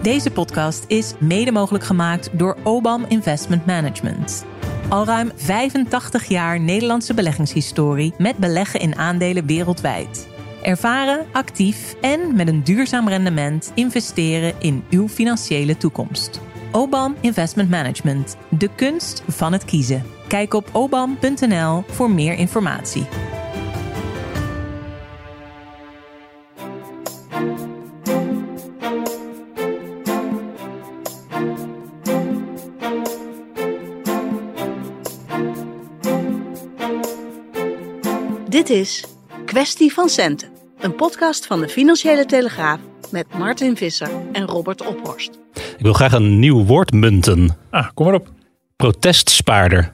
Deze podcast is mede mogelijk gemaakt door OBAM Investment Management. Al ruim 85 jaar Nederlandse beleggingshistorie met beleggen in aandelen wereldwijd. Ervaren, actief en met een duurzaam rendement investeren in uw financiële toekomst. OBAM Investment Management, de kunst van het kiezen. Kijk op obam.nl voor meer informatie. Dit is Kwestie van Centen, een podcast van de Financiële Telegraaf met Martin Visser en Robert Ophorst. Ik wil graag een nieuw woord munten. Kom maar op. Protestspaarder.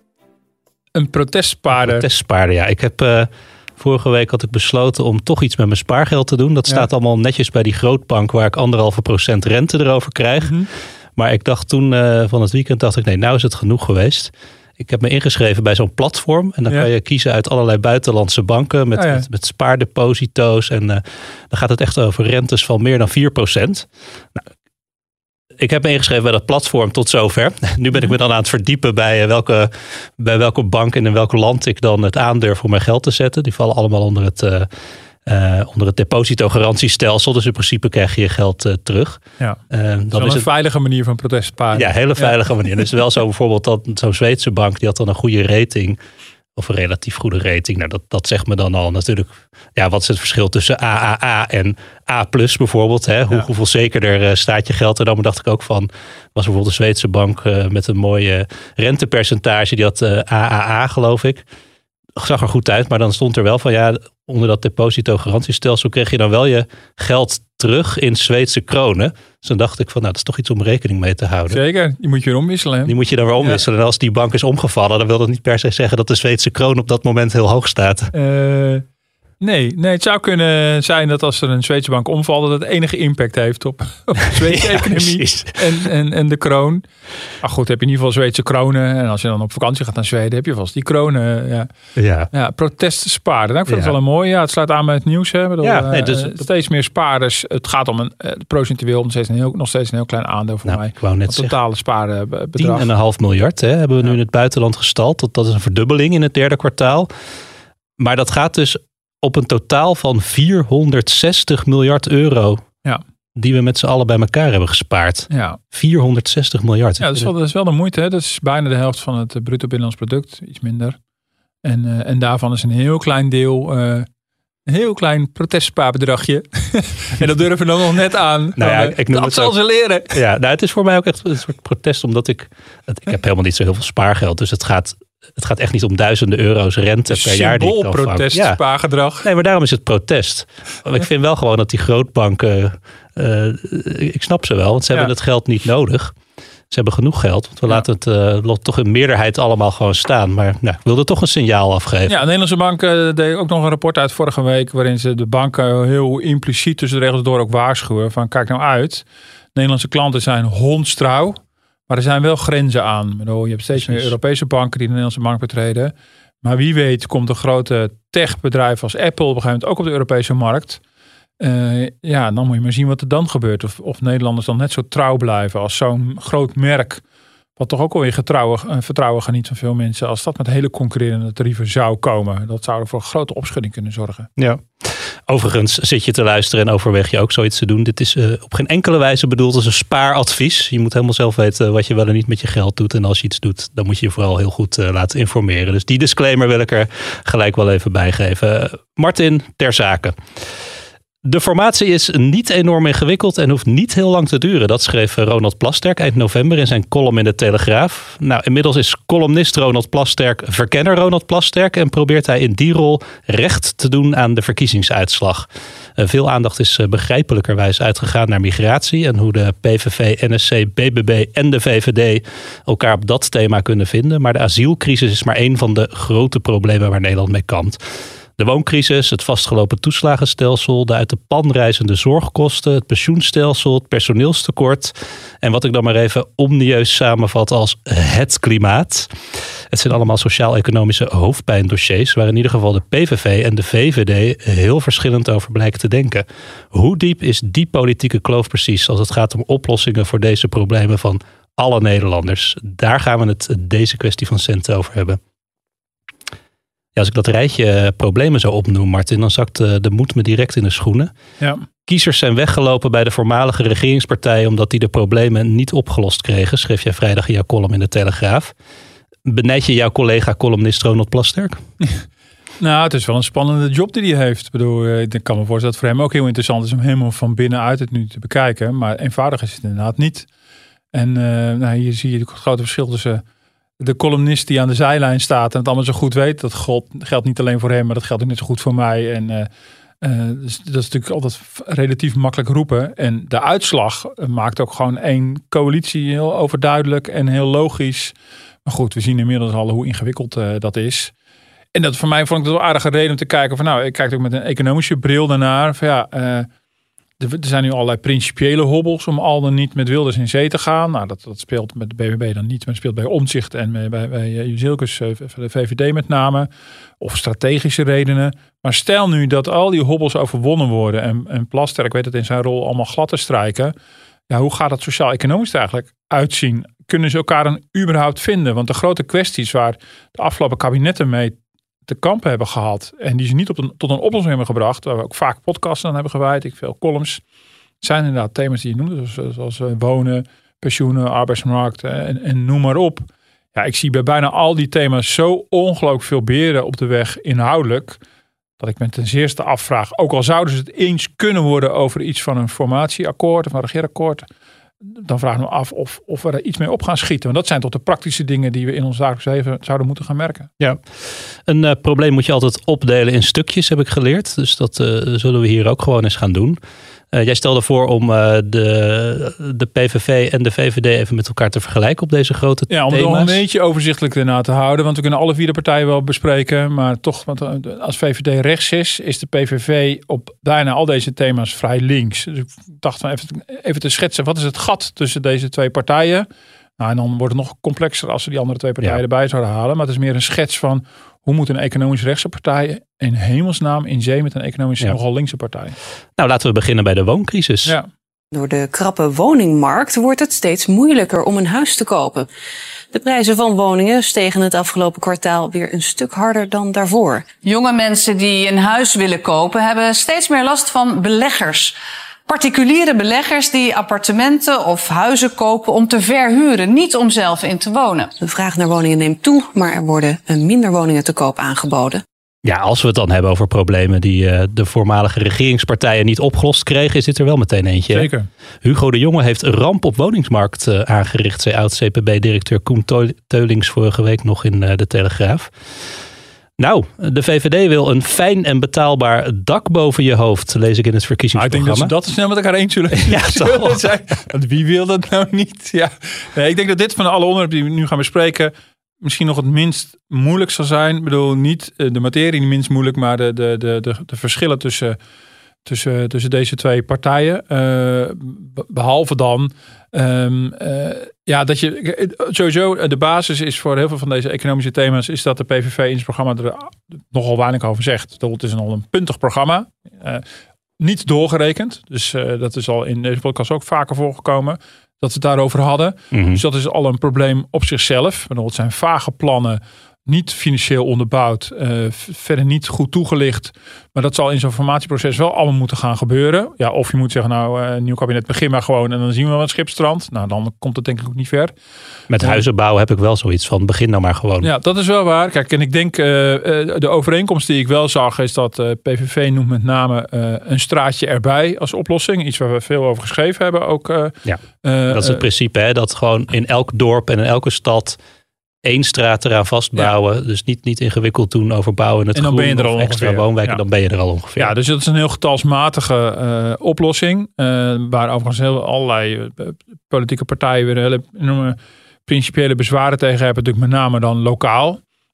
Een protestspaarder. Protestspaarder, ja. Vorige week had ik besloten om toch iets met mijn spaargeld te doen. Dat staat allemaal netjes bij die grootbank waar ik 1,5% rente erover krijg. Mm-hmm. Maar ik dacht toen van het weekend, nee, nou is het genoeg geweest. Ik heb me ingeschreven bij zo'n platform. En dan kan je kiezen uit allerlei buitenlandse banken met spaardeposito's. En dan gaat het echt over rentes van meer dan 4%. Nou, ik heb me ingeschreven bij dat platform tot zover. Nu ben ik me dan aan het verdiepen bij welke bank en in welk land ik dan het aandurf om mijn geld te zetten. Die vallen allemaal onder het depositogarantiestelsel. Dus in principe krijg je je geld terug. Ja. Dat is een veilige manier van protestsparen. Ja, hele veilige manier. Dus wel zo bijvoorbeeld dat zo'n Zweedse bank die had dan een goede rating. Of een relatief goede rating. Nou, dat zegt me dan al natuurlijk. Ja, wat is het verschil tussen AAA en A+ bijvoorbeeld? Hè? Hoeveel zekerder staat je geld er dan? Maar dacht ik ook van, was bijvoorbeeld een Zweedse bank met een mooie rentepercentage. Die had AAA, geloof ik. Zag er goed uit, maar dan stond er wel van onder dat depositogarantiestelsel kreeg je dan wel je geld terug in Zweedse kronen. Dus dan dacht ik van, dat is toch iets om rekening mee te houden. Zeker, die moet je weer omwisselen. Hè? Die moet je dan weer omwisselen. Ja. En als die bank is omgevallen, dan wil dat niet per se zeggen dat de Zweedse kroon op dat moment heel hoog staat. Nee, het zou kunnen zijn dat als er een Zweedse bank omvalt, dat het enige impact heeft op de Zweedse economie en de kroon. Maar goed, heb je in ieder geval Zweedse kronen. En als je dan op vakantie gaat naar Zweden, heb je vast die kronen. Ja, protestsparen. Nou, ik vind het wel een mooi. Ja, het sluit aan bij het nieuws. Hè. Dus steeds meer spaarders. Het gaat om procentueel nog steeds een heel klein aandeel voor mij. Ik wou net totale spaarbedrag. 10,5 miljard hebben we nu in het buitenland gestald. Dat is een verdubbeling in het derde kwartaal. Maar dat gaat dus op een totaal van 460 miljard euro. Ja. Die we met z'n allen bij elkaar hebben gespaard. Ja. 460 miljard. Ja, dat is wel de moeite. Hè? Dat is bijna de helft van het bruto binnenlands product. Iets minder. En daarvan is een heel klein deel, een heel klein protestspaarbedragje. En dat durven we dan nog net aan. Dat zal ze leren. Ja, het is voor mij ook echt een soort protest. Omdat ik heb helemaal niet zo heel veel spaargeld. Dus het gaat echt niet om duizenden euro's rente per jaar die ik kan vangen. Protest, spaargedrag. Nee, maar daarom is het protest. Ik vind wel gewoon dat die grootbanken, ik snap ze wel, want ze hebben het geld niet nodig. Ze hebben genoeg geld, want we laten het toch in meerderheid allemaal gewoon staan. Maar ik wilde toch een signaal afgeven. Ja, de Nederlandse bank deed ook nog een rapport uit vorige week, waarin ze de banken heel impliciet tussen de regels door ook waarschuwen van kijk nou uit. Nederlandse klanten zijn hondstrouw. Maar er zijn wel grenzen aan. Je hebt steeds meer Europese banken die de Nederlandse markt betreden. Maar wie weet komt een grote techbedrijf als Apple op een gegeven moment ook op de Europese markt. Dan moet je maar zien wat er dan gebeurt. Of Nederlanders dan net zo trouw blijven als zo'n groot merk. Wat toch ook alweer vertrouwen geniet van veel mensen. Als dat met hele concurrerende tarieven zou komen. Dat zou er voor een grote opschudding kunnen zorgen. Ja. Overigens zit je te luisteren en overweeg je ook zoiets te doen. Dit is op geen enkele wijze bedoeld als een spaaradvies. Je moet helemaal zelf weten wat je wel en niet met je geld doet. En als je iets doet, dan moet je je vooral heel goed laten informeren. Dus die disclaimer wil ik er gelijk wel even bij geven. Martin, ter zake. De formatie is niet enorm ingewikkeld en hoeft niet heel lang te duren. Dat schreef Ronald Plasterk eind november in zijn column in de Telegraaf. Nou, inmiddels is columnist Ronald Plasterk verkenner Ronald Plasterk en probeert hij in die rol recht te doen aan de verkiezingsuitslag. Veel aandacht is begrijpelijkerwijs uitgegaan naar migratie en hoe de PVV, NSC, BBB en de VVD elkaar op dat thema kunnen vinden. Maar de asielcrisis is maar één van de grote problemen waar Nederland mee kampt. De wooncrisis, het vastgelopen toeslagenstelsel, de uit de pan reizende zorgkosten, het pensioenstelsel, het personeelstekort en wat ik dan maar even omnieus samenvat als het klimaat. Het zijn allemaal sociaal-economische hoofdpijndossiers waar in ieder geval de PVV en de VVD heel verschillend over blijken te denken. Hoe diep is die politieke kloof precies als het gaat om oplossingen voor deze problemen van alle Nederlanders? Daar gaan we het deze kwestie van centen over hebben. Ja, als ik dat rijtje problemen zo opnoem, Martin, dan zakt de moed me direct in de schoenen. Ja. Kiezers zijn weggelopen bij de voormalige regeringspartij omdat die de problemen niet opgelost kregen, schreef jij vrijdag in jouw column in de Telegraaf. Benijd je jouw collega-columnist Ronald Plasterk? Nou, het is wel een spannende job die hij heeft. Ik bedoel, ik kan me voorstellen dat het voor hem ook heel interessant is om helemaal van binnenuit het nu te bekijken. Maar eenvoudig is het inderdaad niet. En hier zie je het grote verschil tussen de columnist die aan de zijlijn staat en het allemaal zo goed weet. Dat geldt niet alleen voor hem, maar dat geldt ook net zo goed voor mij. En dus dat is natuurlijk altijd relatief makkelijk roepen. En de uitslag maakt ook gewoon één coalitie heel overduidelijk en heel logisch. Maar goed, we zien inmiddels al hoe ingewikkeld dat is. En dat voor mij vond ik dat wel aardige reden om te kijken van nou, ik kijk ook met een economische bril daarnaar. Van ja, er zijn nu allerlei principiële hobbels om al dan niet met Wilders in zee te gaan. Nou, dat speelt met de BBB dan niet, maar het speelt bij Omtzigt en bij Jezielkes, de VVD met name. Of strategische redenen. Maar stel nu dat al die hobbels overwonnen worden en Plasterk weet het in zijn rol allemaal glad te strijken. Ja, hoe gaat dat sociaal-economisch er eigenlijk uitzien? Kunnen ze elkaar dan überhaupt vinden? Want de grote kwesties waar de afgelopen kabinetten mee te kampen hebben gehad en die ze niet tot een oplossing hebben gebracht, waar we ook vaak podcasts aan hebben gewijd, veel columns, zijn inderdaad thema's die je noemde, zoals wonen, pensioenen, arbeidsmarkt en noem maar op. Ja, ik zie bij bijna al die thema's zo ongelooflijk veel beren op de weg inhoudelijk, dat ik me ten zeerste afvraag, ook al zouden ze het eens kunnen worden over iets van een formatieakkoord of een regeerakkoord, dan vragen we af of we er iets mee op gaan schieten. Want dat zijn toch de praktische dingen die we in ons dagelijks leven zouden moeten gaan merken. Ja, een probleem moet je altijd opdelen in stukjes, heb ik geleerd. Dus dat zullen we hier ook gewoon eens gaan doen. Jij stelde voor om de PVV en de VVD even met elkaar te vergelijken op deze grote thema's. Ja, om het nog een beetje overzichtelijk erna te houden. Want we kunnen alle vier de partijen wel bespreken. Maar toch, want als VVD rechts is de PVV op bijna al deze thema's vrij links. Dus ik dacht van even te schetsen. Wat is het gat tussen deze twee partijen? Nou, en dan wordt het nog complexer als we die andere twee partijen erbij zouden halen. Maar het is meer een schets van hoe moet een economisch rechtse partij in hemelsnaam in zee met een economisch nogal linkse partij. Nou, laten we beginnen bij de wooncrisis. Ja. Door de krappe woningmarkt wordt het steeds moeilijker om een huis te kopen. De prijzen van woningen stegen het afgelopen kwartaal weer een stuk harder dan daarvoor. Jonge mensen die een huis willen kopen hebben steeds meer last van beleggers. Particuliere beleggers die appartementen of huizen kopen om te verhuren, niet om zelf in te wonen. De vraag naar woningen neemt toe, maar er worden minder woningen te koop aangeboden. Ja, als we het dan hebben over problemen die de voormalige regeringspartijen niet opgelost kregen, is dit er wel meteen eentje. Zeker. Hugo de Jonge heeft een ramp op woningsmarkt aangericht, zei oud-CPB-directeur Koen Teulings vorige week nog in de Telegraaf. Nou, de VVD wil een fijn en betaalbaar dak boven je hoofd, lees ik in het verkiezingsprogramma. Ik denk dat ze dat snel met elkaar eens zullen zijn. Want wie wil dat nou niet? Ja. Nee, ik denk dat dit van alle onderwerpen die we nu gaan bespreken misschien nog het minst moeilijk zal zijn. Ik bedoel, niet de materie niet minst moeilijk, maar de verschillen tussen deze twee partijen. Behalve dan dat je sowieso de basis is voor heel veel van deze economische thema's is dat de PVV in zijn programma er nogal weinig over zegt. Het is al een puntig programma. Niet doorgerekend. Dus dat is al in deze podcast ook vaker voorgekomen dat we het daarover hadden. Mm-hmm. Dus dat is al een probleem op zichzelf. Het zijn vage plannen, niet financieel onderbouwd, verder niet goed toegelicht. Maar dat zal in zo'n formatieproces wel allemaal moeten gaan gebeuren. Ja, of je moet zeggen, een nieuw kabinet, begin maar gewoon en dan zien we wel het schipstrand. Nou, dan komt het denk ik ook niet ver. Met huizen bouwen heb ik wel zoiets van, begin nou maar gewoon. Ja, dat is wel waar. Kijk, en ik denk, de overeenkomst die ik wel zag, is dat PVV noemt met name een straatje erbij als oplossing. Iets waar we veel over geschreven hebben ook. Dat is het principe, hè? Dat gewoon in elk dorp en in elke stad één straat eraan vastbouwen. Ja. Dus niet ingewikkeld doen over bouwen het en dan groen ben je er al extra ongeveer. Woonwijken. Dan ben je er al ongeveer. Ja, dus dat is een heel getalsmatige oplossing. Waar overigens allerlei politieke partijen weer hele enorme principiële bezwaren tegen hebben. Natuurlijk met name dan lokaal.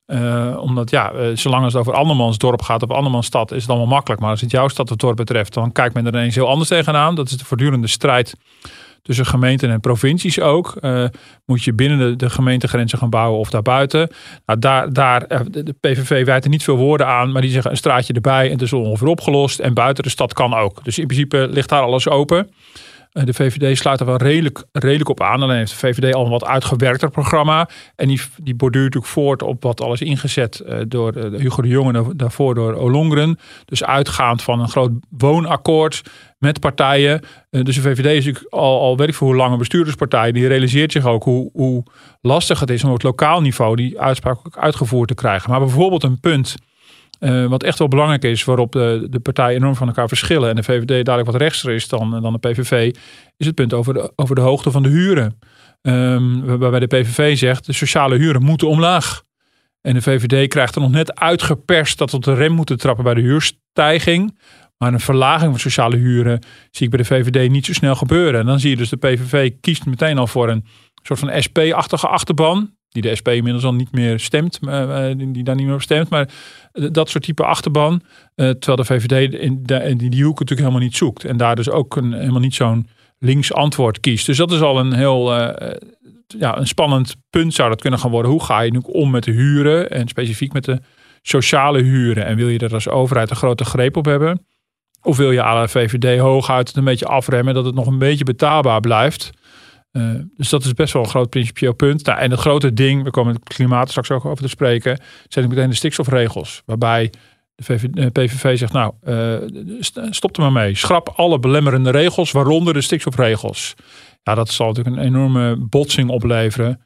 Omdat zolang het over andermans dorp gaat of andermans stad, is het allemaal makkelijk. Maar als het jouw stad of dorp betreft, dan kijkt men er ineens heel anders tegenaan. Dat is de voortdurende strijd tussen gemeenten en provincies ook. Moet je binnen de gemeentegrenzen gaan bouwen of daarbuiten? Nou, de PVV wijt er niet veel woorden aan, maar die zeggen een straatje erbij en het is ongeveer opgelost. En buiten de stad kan ook. Dus in principe ligt daar alles open. De VVD sluit er wel redelijk op aan. Alleen heeft de VVD al een wat uitgewerkter programma. En die borduurt natuurlijk voort op wat alles ingezet door Hugo de Jonge en daarvoor door Ollongren. Dus uitgaand van een groot woonakkoord met partijen. Dus de VVD is natuurlijk al weet ik veel hoe lang een bestuurderspartij. Die realiseert zich ook hoe lastig het is om op het lokaal niveau die uitspraak ook uitgevoerd te krijgen. Maar bijvoorbeeld een punt wat echt wel belangrijk is, waarop de partijen enorm van elkaar verschillen en de VVD dadelijk wat rechtser is dan de PVV, is het punt over de hoogte van de huren. Waarbij de PVV zegt, de sociale huren moeten omlaag. En de VVD krijgt er nog net uitgeperst dat we op de rem moeten trappen bij de huurstijging. Maar een verlaging van sociale huren zie ik bij de VVD niet zo snel gebeuren. En dan zie je dus de PVV kiest meteen al voor een soort van SP-achtige achterban. Die de SP inmiddels al niet meer stemt. Die daar niet meer op stemt. Maar dat soort type achterban. Terwijl de VVD in die hoek natuurlijk helemaal niet zoekt. En daar dus ook helemaal niet zo'n links antwoord kiest. Dus dat is al een heel een spannend punt zou dat kunnen gaan worden. Hoe ga je nu om met de huren? En specifiek met de sociale huren. En wil je er als overheid een grote greep op hebben? Of wil je à la VVD hooguit het een beetje afremmen. Dat het nog een beetje betaalbaar blijft. Dus dat is best wel een groot principieel punt. Nou, en het grote ding, we komen het klimaat straks ook over te spreken, zijn meteen de stikstofregels. Waarbij de PVV zegt, stop er maar mee. Schrap alle belemmerende regels, waaronder de stikstofregels. Ja, dat zal natuurlijk een enorme botsing opleveren.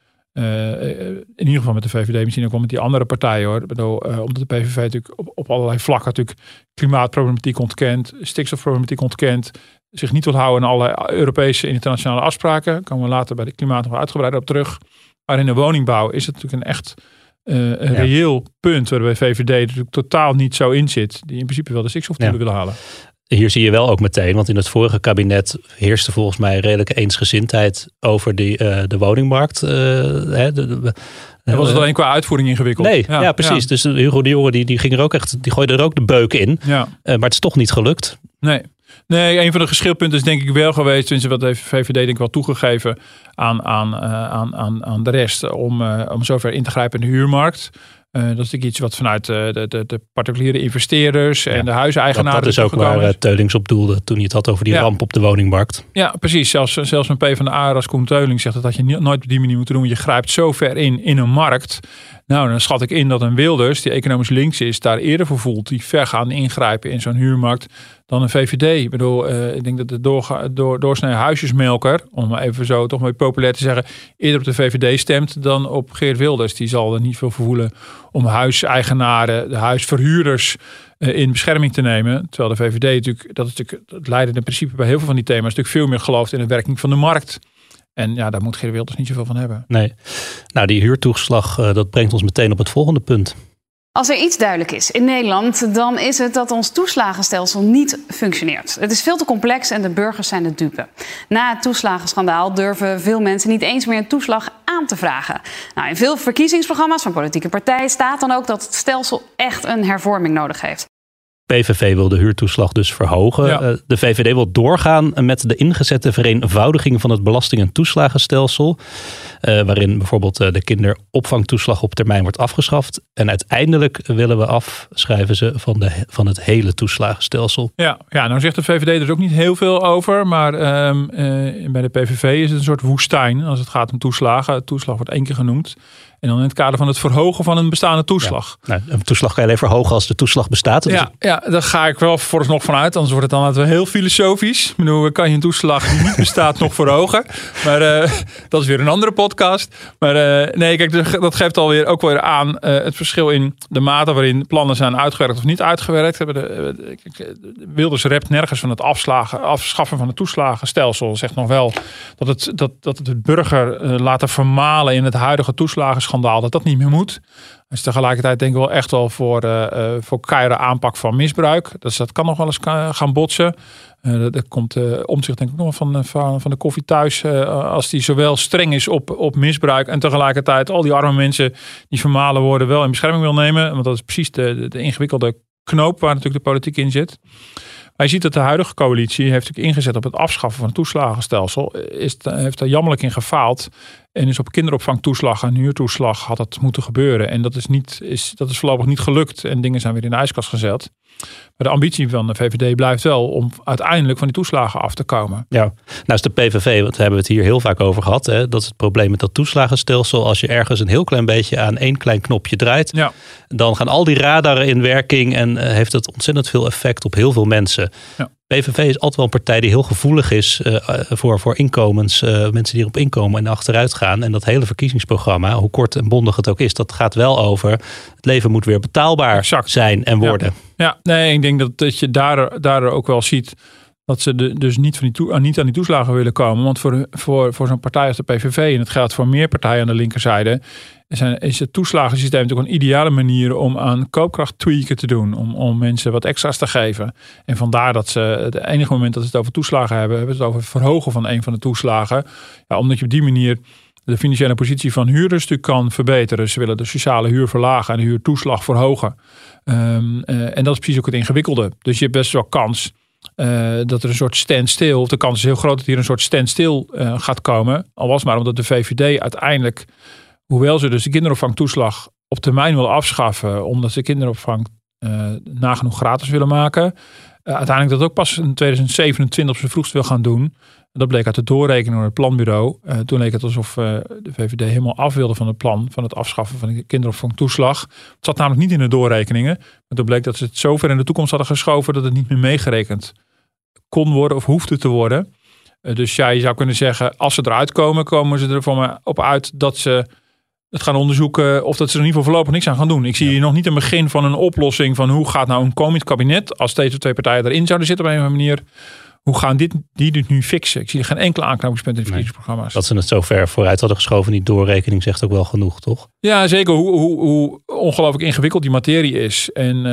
In ieder geval met de VVD, misschien ook wel met die andere partijen hoor. Omdat de PVV natuurlijk op allerlei vlakken natuurlijk klimaatproblematiek ontkent, stikstofproblematiek ontkent, zich niet wil houden aan alle Europese en internationale afspraken. Daar komen we later bij de klimaat nog uitgebreider op terug. Maar in de woningbouw is het natuurlijk een echt reëel punt waar de VVD natuurlijk totaal niet zo in zit. Die in principe wel de stikstofdoelen willen halen. Hier zie je wel ook meteen, want in het vorige kabinet heerste volgens mij redelijke eensgezindheid over de woningmarkt. Was het alleen qua uitvoering ingewikkeld? Nee, ja precies. Ja. Dus Hugo de Jonge die ging er ook echt, die gooide er ook de beuk in. Ja. Maar het is toch niet gelukt. Nee, een van de geschilpunten is denk ik wel geweest, tenminste wat de VVD denk ik wel toegegeven aan de rest, om zover in te grijpen in de huurmarkt. Dat is natuurlijk iets wat vanuit de particuliere investeerders en de huiseigenaren. Dat is ook waar Teulings op doelde toen hij het had over die ramp op de woningmarkt. Ja, precies. Zelfs mijn PvdA als Koen Teulings zegt dat je nooit op die manier moet doen. Je grijpt zo ver in een markt. Nou, dan schat ik in dat een Wilders, die economisch links is, daar eerder voor voelt. Die vergaande ingrijpen in zo'n huurmarkt dan een VVD. Ik bedoel, ik denk dat de doorsnee huisjesmelker, om even zo toch maar populair te zeggen, eerder op de VVD stemt dan op Geert Wilders. Die zal er niet veel voor voelen om huiseigenaren, de huisverhuurders in bescherming te nemen. Terwijl de VVD natuurlijk, dat is natuurlijk het leidende principe bij heel veel van die thema's, natuurlijk veel meer gelooft in de werking van de markt. En ja, daar moet Geert Wilders niet zoveel van hebben. Nee. Nou, die huurtoeslag, dat brengt ons meteen op het volgende punt. Als er iets duidelijk is in Nederland, dan is het dat ons toeslagenstelsel niet functioneert. Het is veel te complex en de burgers zijn de dupe. Na het toeslagenschandaal durven veel mensen niet eens meer een toeslag aan te vragen. Nou, in veel verkiezingsprogramma's van politieke partijen staat dan ook dat het stelsel echt een hervorming nodig heeft. PVV wil de huurtoeslag dus verhogen. Ja. De VVD wil doorgaan met de ingezette vereenvoudiging van het belasting- en toeslagenstelsel. Waarin bijvoorbeeld de kinderopvangtoeslag op termijn wordt afgeschaft. En uiteindelijk willen we afschrijven ze van het hele toeslagenstelsel. Ja, nou zegt de VVD er ook niet heel veel over. Maar bij de PVV is het een soort woestijn als het gaat om toeslagen. Het toeslag wordt 1 keer genoemd. En dan in het kader van het verhogen van een bestaande toeslag. Ja. Nou, een toeslag kan je alleen verhogen als de toeslag bestaat. Dus ja, daar ga ik wel vooralsnog van uit. Anders wordt het dan wel heel filosofisch. Ik bedoel, kan je een toeslag die niet bestaat nog verhogen? Maar dat is weer een andere podcast. Maar nee, kijk, dat geeft ook weer aan het verschil in de mate waarin plannen zijn uitgewerkt of niet uitgewerkt. Wilders rept nergens van het afschaffen van het toeslagenstelsel. Zegt nog wel dat het de burger laten vermalen in het huidige toeslagenschandaal toeslagenschandaal dat niet meer moet. Dus tegelijkertijd denk ik wel echt wel voor keiharde aanpak van misbruik. Dus dat kan nog wel eens gaan botsen. Dat komt Omtzigt denk ik nog van de koffie thuis. Als die zowel streng is op misbruik en tegelijkertijd al die arme mensen die vermalen worden wel in bescherming wil nemen. Want dat is precies de ingewikkelde knoop waar natuurlijk de politiek in zit. Maar je ziet dat de huidige coalitie heeft natuurlijk ingezet op het afschaffen van het toeslagenstelsel. Heeft daar jammerlijk in gefaald. En is op kinderopvangtoeslag en huurtoeslag had dat moeten gebeuren. En dat is voorlopig niet gelukt. En dingen zijn weer in de ijskast gezet. Maar de ambitie van de VVD blijft wel om uiteindelijk van die toeslagen af te komen. Ja, nou is de PVV, want daar hebben we het hier heel vaak over gehad. Hè? Dat is het probleem met dat toeslagenstelsel. Als je ergens een heel klein beetje aan één klein knopje draait. Dan gaan al die radaren in werking. En heeft het ontzettend veel effect op heel veel mensen. Ja. PVV is altijd wel een partij die heel gevoelig is voor inkomens. Mensen die erop inkomen en achteruit gaan. En dat hele verkiezingsprogramma, hoe kort en bondig het ook is, dat gaat wel over het leven moet weer betaalbaar zijn en worden. Ja, nee, ik denk dat je daar ook wel ziet dat ze dus niet aan die toeslagen willen komen. Want voor zo'n partij als de PVV, en het geldt voor meer partijen aan de linkerzijde, is het toeslagensysteem natuurlijk een ideale manier om aan koopkracht tweaken te doen. Om mensen wat extra's te geven. En vandaar dat ze het enige moment dat ze het over toeslagen hebben ze het over het verhogen van een van de toeslagen. Ja, omdat je op die manier de financiële positie van huurders natuurlijk kan verbeteren. Ze willen de sociale huur verlagen en de huurtoeslag verhogen. En dat is precies ook het ingewikkelde. Dus je hebt best wel kans dat er een soort standstill, of de kans is heel groot dat hier een soort standstill gaat komen. Al was maar omdat de VVD uiteindelijk, hoewel ze dus de kinderopvangtoeslag op termijn willen afschaffen, omdat ze kinderopvang nagenoeg gratis willen maken, uiteindelijk dat ook pas in 2027 op zijn vroegst wil gaan doen. Dat bleek uit de doorrekening door het planbureau. Toen leek het alsof de VVD helemaal af wilde van het plan van het afschaffen van de kinderopvangtoeslag. Het zat namelijk niet in de doorrekeningen. Maar toen bleek dat ze het zo ver in de toekomst hadden geschoven dat het niet meer meegerekend kon worden of hoefde te worden. Dus ja, je zou kunnen zeggen, als ze eruit komen, komen ze er voor me op uit dat ze het gaan onderzoeken of dat ze er in ieder geval voorlopig niks aan gaan doen. Ik zie hier nog niet een begin van een oplossing van hoe gaat nou een komend kabinet, als deze twee partijen erin zouden zitten op een of andere manier, hoe gaan die dit nu fixen? Ik zie er geen enkele aanknopingspunt in de verkiezingsprogramma's. Dat ze het zo ver vooruit hadden geschoven, die doorrekening zegt ook wel genoeg, toch? Ja, zeker. Hoe ongelooflijk ingewikkeld die materie is.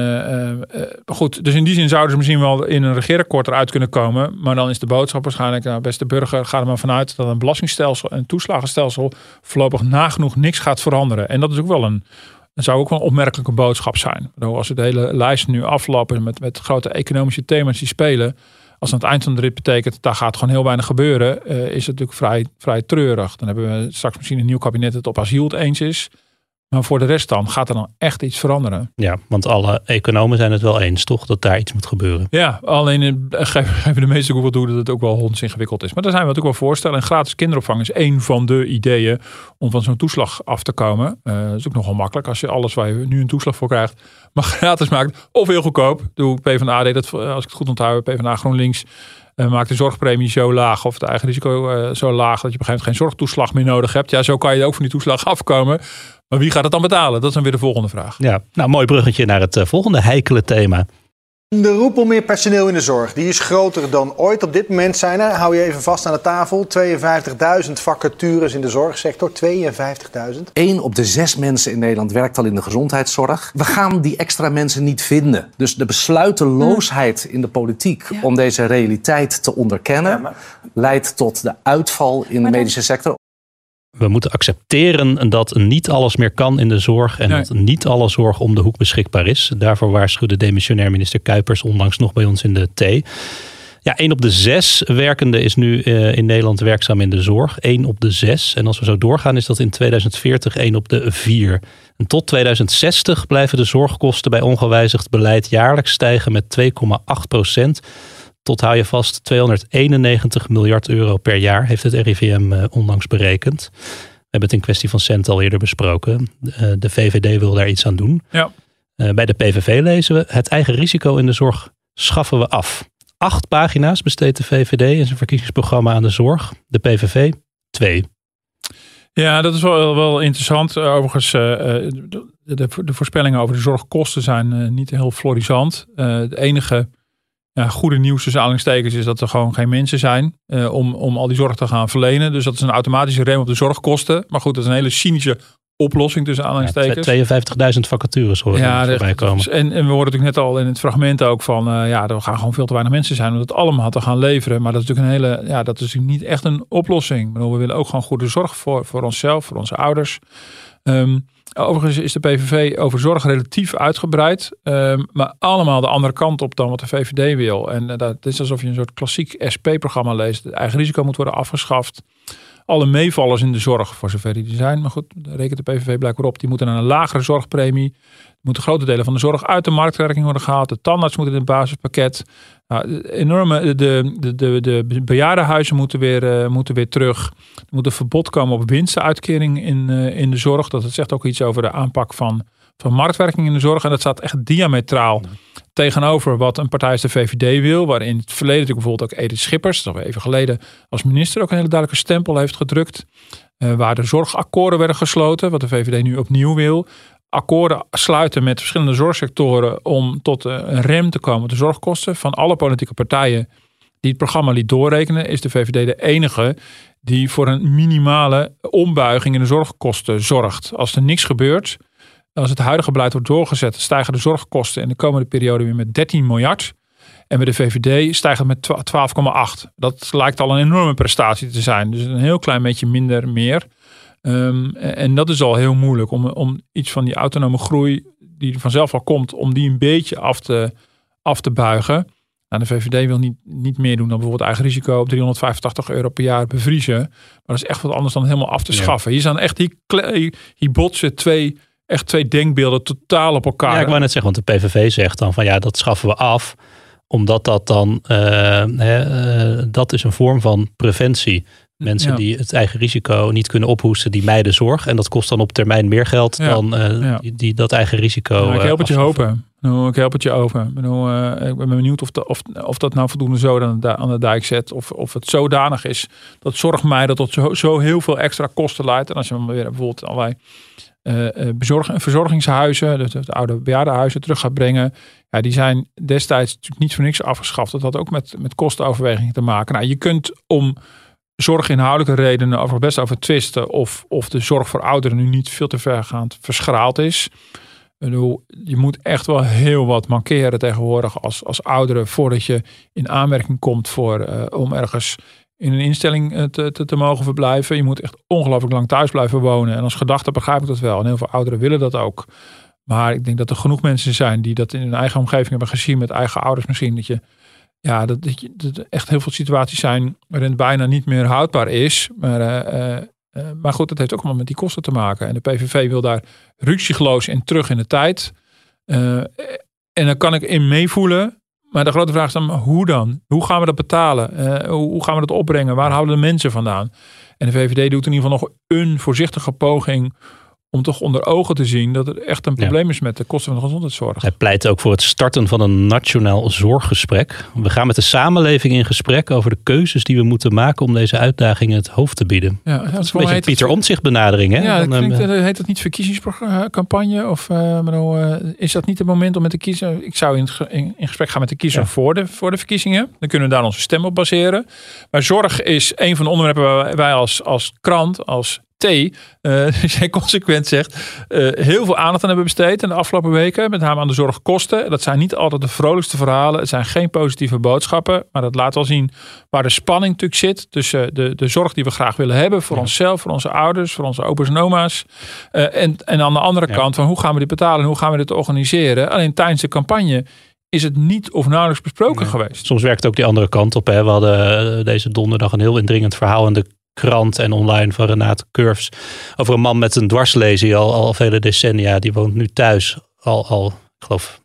En goed, dus in die zin zouden ze misschien wel in een regeerakkoord eruit kunnen komen. Maar dan is de boodschap waarschijnlijk, nou, beste burger, ga er maar vanuit dat een belastingstelsel en een toeslagenstelsel voorlopig nagenoeg niks gaat veranderen. En dat is ook wel dat zou ook wel een opmerkelijke boodschap zijn. Als we de hele lijst nu aflopen met grote economische thema's die spelen, als aan het eind van de rit betekent, daar gaat gewoon heel weinig gebeuren, is het natuurlijk vrij treurig. Dan hebben we straks misschien een nieuw kabinet dat op asiel het eens is. Maar voor de rest dan, gaat er dan echt iets veranderen? Ja, want alle economen zijn het wel eens, toch? Dat daar iets moet gebeuren. Ja, alleen geven de meesten ook wel toe dat het ook wel hondsingewikkeld is. Maar daar zijn we natuurlijk wel voorstellen. En gratis kinderopvang is één van de ideeën om van zo'n toeslag af te komen. Dat is ook nogal makkelijk als je alles waar je nu een toeslag voor krijgt, maar gratis maakt. Of heel goedkoop. De PvdA deed dat, als ik het goed onthoud, PvdA GroenLinks maakt de zorgpremie zo laag of het eigen risico zo laag dat je op een gegeven moment geen zorgtoeslag meer nodig hebt. Ja, zo kan je ook van die toeslag afkomen. Maar wie gaat het dan betalen? Dat is dan weer de volgende vraag. Ja, nou, mooi bruggetje naar het volgende heikele thema. De roep om meer personeel in de zorg, die is groter dan ooit. Op dit moment zijn er, hou je even vast aan de tafel, 52.000 vacatures in de zorgsector. 52.000. 1 op de 6 mensen in Nederland werkt al in de gezondheidszorg. We gaan die extra mensen niet vinden. Dus de besluiteloosheid in de politiek om deze realiteit te onderkennen leidt tot de uitval in de medische sector. We moeten accepteren dat niet alles meer kan in de zorg en dat niet alle zorg om de hoek beschikbaar is. Daarvoor waarschuwde demissionair minister Kuipers onlangs nog bij ons in de T. Ja, 1 op de 6 werkenden is nu in Nederland werkzaam in de zorg. 1 op de 6. En als we zo doorgaan is dat in 2040 1 op de 4. En tot 2060 blijven de zorgkosten bij ongewijzigd beleid jaarlijks stijgen met 2,8%. Tot, hou je vast, 291 miljard euro per jaar heeft het RIVM onlangs berekend. We hebben het in kwestie van cent al eerder besproken. De VVD wil daar iets aan doen. Ja. Bij de PVV lezen we: het eigen risico in de zorg schaffen we af. 8 pagina's besteedt de VVD in zijn verkiezingsprogramma aan de zorg. De PVV 2. Ja, dat is wel interessant. Overigens, de voorspellingen over de zorgkosten zijn niet heel florisant. Het enige goede nieuws tussen aanhalingstekens is dat er gewoon geen mensen zijn om al die zorg te gaan verlenen. Dus dat is een automatische rem op de zorgkosten. Maar goed, dat is een hele cynische oplossing tussen aanhalingstekens. 52.000 vacatures horen voorbij komen. En we hoorden natuurlijk net al in het fragment ook van... er gaan gewoon veel te weinig mensen zijn om dat allemaal te gaan leveren. Maar dat is natuurlijk dat is natuurlijk niet echt een oplossing. We willen ook gewoon goede zorg voor onszelf, voor onze ouders. Overigens is de PVV over zorg relatief uitgebreid. Maar allemaal de andere kant op dan wat de VVD wil. En dat is alsof je een soort klassiek SP-programma leest. Het eigen risico moet worden afgeschaft. Alle meevallers in de zorg, voor zover die er zijn. Maar goed, daar rekent de PVV blijkbaar op. Die moeten naar een lagere zorgpremie. Moeten grote delen van de zorg uit de marktwerking worden gehaald. De tandarts moeten in het basispakket. De bejaardenhuizen moeten weer terug. Er moet een verbod komen op winstuitkering in de zorg. Dat zegt ook iets over de aanpak van marktwerking in de zorg. En dat staat echt diametraal tegenover wat een partij als de VVD wil. Waarin in het verleden natuurlijk bijvoorbeeld ook Edith Schippers, dat we even geleden als minister ook een hele duidelijke stempel heeft gedrukt. Waar de zorgakkoorden werden gesloten. Wat de VVD nu opnieuw wil. Akkoorden sluiten met verschillende zorgsectoren om tot een rem te komen op de zorgkosten. Van alle politieke partijen die het programma liet doorrekenen, is de VVD de enige die voor een minimale ombuiging in de zorgkosten zorgt. Als er niks gebeurt, als het huidige beleid wordt doorgezet, stijgen de zorgkosten in de komende periode weer met 13 miljard. En bij de VVD stijgt het met 12,8. Dat lijkt al een enorme prestatie te zijn. Dus een heel klein beetje meer. En dat is al heel moeilijk om iets van die autonome groei die er vanzelf al komt, om die een beetje af te buigen. Nou, de VVD wil niet meer doen dan bijvoorbeeld eigen risico op €385 per jaar bevriezen. Maar dat is echt wat anders dan helemaal af te schaffen. Hier staan echt hier botsen twee denkbeelden totaal op elkaar. Ja, ik wou net zeggen, want de PVV zegt dan van dat schaffen we af. Omdat dat dan, dat is een vorm van preventie. Mensen die het eigen risico niet kunnen ophoesten, die mijden zorg. En dat kost dan op termijn meer geld dan die dat eigen risico. Ik help het je open. Ik help het je over. Ik ben benieuwd of dat nou voldoende zoden aan de dijk zet. Of het zodanig is dat zorgmijden tot zo heel veel extra kosten leidt. En als je dan weer bijvoorbeeld allerlei verzorgingshuizen, de oude bejaardenhuizen terug gaat brengen. Ja, die zijn destijds natuurlijk niet voor niks afgeschaft. Dat had ook met kostenoverwegingen te maken. Nou, je kunt om zorginhoudelijke redenen over best over twisten of de zorg voor ouderen nu niet veel te vergaand verschraald is. Je moet echt wel heel wat mankeren tegenwoordig als ouderen voordat je in aanmerking komt om ergens in een instelling te mogen verblijven. Je moet echt ongelooflijk lang thuis blijven wonen. En als gedachte begrijp ik dat wel. En heel veel ouderen willen dat ook. Maar ik denk dat er genoeg mensen zijn die dat in hun eigen omgeving hebben gezien met eigen ouders misschien. Dat echt heel veel situaties zijn waarin het bijna niet meer houdbaar is. Maar goed, dat heeft ook allemaal met die kosten te maken. En de PVV wil daar ruksigloos in terug in de tijd. En daar kan ik in meevoelen. Maar de grote vraag is dan, hoe dan? Hoe gaan we dat betalen? Hoe gaan we dat opbrengen? Waar houden de mensen vandaan? En de VVD doet in ieder geval nog een voorzichtige poging om toch onder ogen te zien dat er echt een probleem is met de kosten van de gezondheidszorg. Hij pleit ook voor het starten van een nationaal zorggesprek. We gaan met de samenleving in gesprek over de keuzes die we moeten maken om deze uitdagingen het hoofd te bieden. Ja, dat is een beetje een Pieter Omtzigt benadering. Hè? Ja, heet dat niet verkiezingscampagne? Of is dat niet het moment om met de kiezer? Ik zou in gesprek gaan met de kiezer voor de verkiezingen. Dan kunnen we daar onze stem op baseren. Maar zorg is een van de onderwerpen waar wij als krant, als dus jij consequent zegt, heel veel aandacht aan hebben besteed in de afgelopen weken, met name aan de zorgkosten. Dat zijn niet altijd de vrolijkste verhalen. Het zijn geen positieve boodschappen, maar dat laat wel zien waar de spanning natuurlijk zit tussen de zorg die we graag willen hebben voor onszelf, voor onze ouders, voor onze opa's en oma's. En aan de andere kant van hoe gaan we dit betalen en hoe gaan we dit organiseren. Alleen tijdens de campagne is het niet of nauwelijks besproken geweest. Soms werkt het ook die andere kant op. Hè? We hadden deze donderdag een heel indringend verhaal in de krant en online van Renate Curves over een man met een dwarslesie al vele decennia. Die woont nu thuis al ik geloof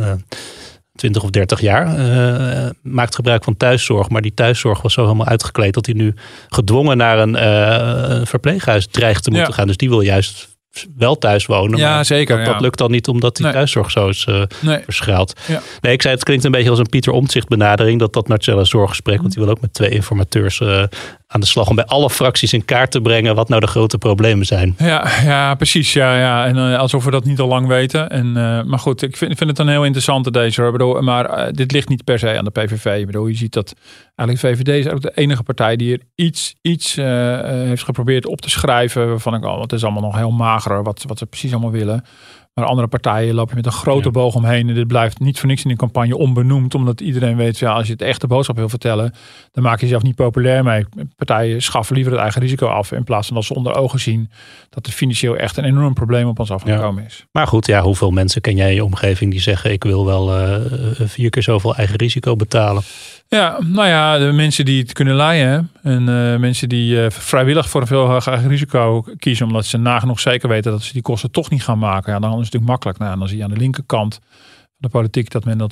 20 of 30 jaar. Maakt gebruik van thuiszorg, maar die thuiszorg was zo helemaal uitgekleed dat hij nu gedwongen naar een verpleeghuis dreigt te moeten gaan. Dus die wil juist wel thuis wonen. Ja, maar zeker. Dat lukt dan niet omdat die thuiszorg zo is verschraald. Ja. Nee, ik zei het klinkt een beetje als een Pieter Omtzigt benadering. Dat nationale zorggesprek. Want die wil ook met 2 informateurs aan de slag om bij alle fracties in kaart te brengen wat nou de grote problemen zijn. Ja, precies. Ja. En alsof we dat niet al lang weten. Maar goed, ik vind het een heel interessante deze. Maar dit ligt niet per se aan de PVV. Ik bedoel, je ziet dat eigenlijk de VVD is ook de enige partij die er iets heeft geprobeerd op te schrijven. Waarvan ik het is allemaal nog heel mager wat ze precies allemaal willen. Maar andere partijen lopen met een grote boog omheen. En dit blijft niet voor niks in de campagne onbenoemd. Omdat iedereen weet, als je het echte boodschap wil vertellen, dan maak je jezelf niet populair mee. Partijen schaffen liever het eigen risico af. In plaats van dat ze onder ogen zien dat er financieel echt een enorm probleem op ons afgekomen is. Maar goed, hoeveel mensen ken jij in je omgeving die zeggen, ik wil wel 4 keer zoveel eigen risico betalen? Ja, nou ja, de mensen die het kunnen leiden. En mensen die vrijwillig voor een veel hoger eigen risico kiezen. Omdat ze nagenoeg zeker weten dat ze die kosten toch niet gaan maken. Ja, dan is het natuurlijk makkelijk. Nou, dan zie je aan de linkerkant van de politiek dat men dat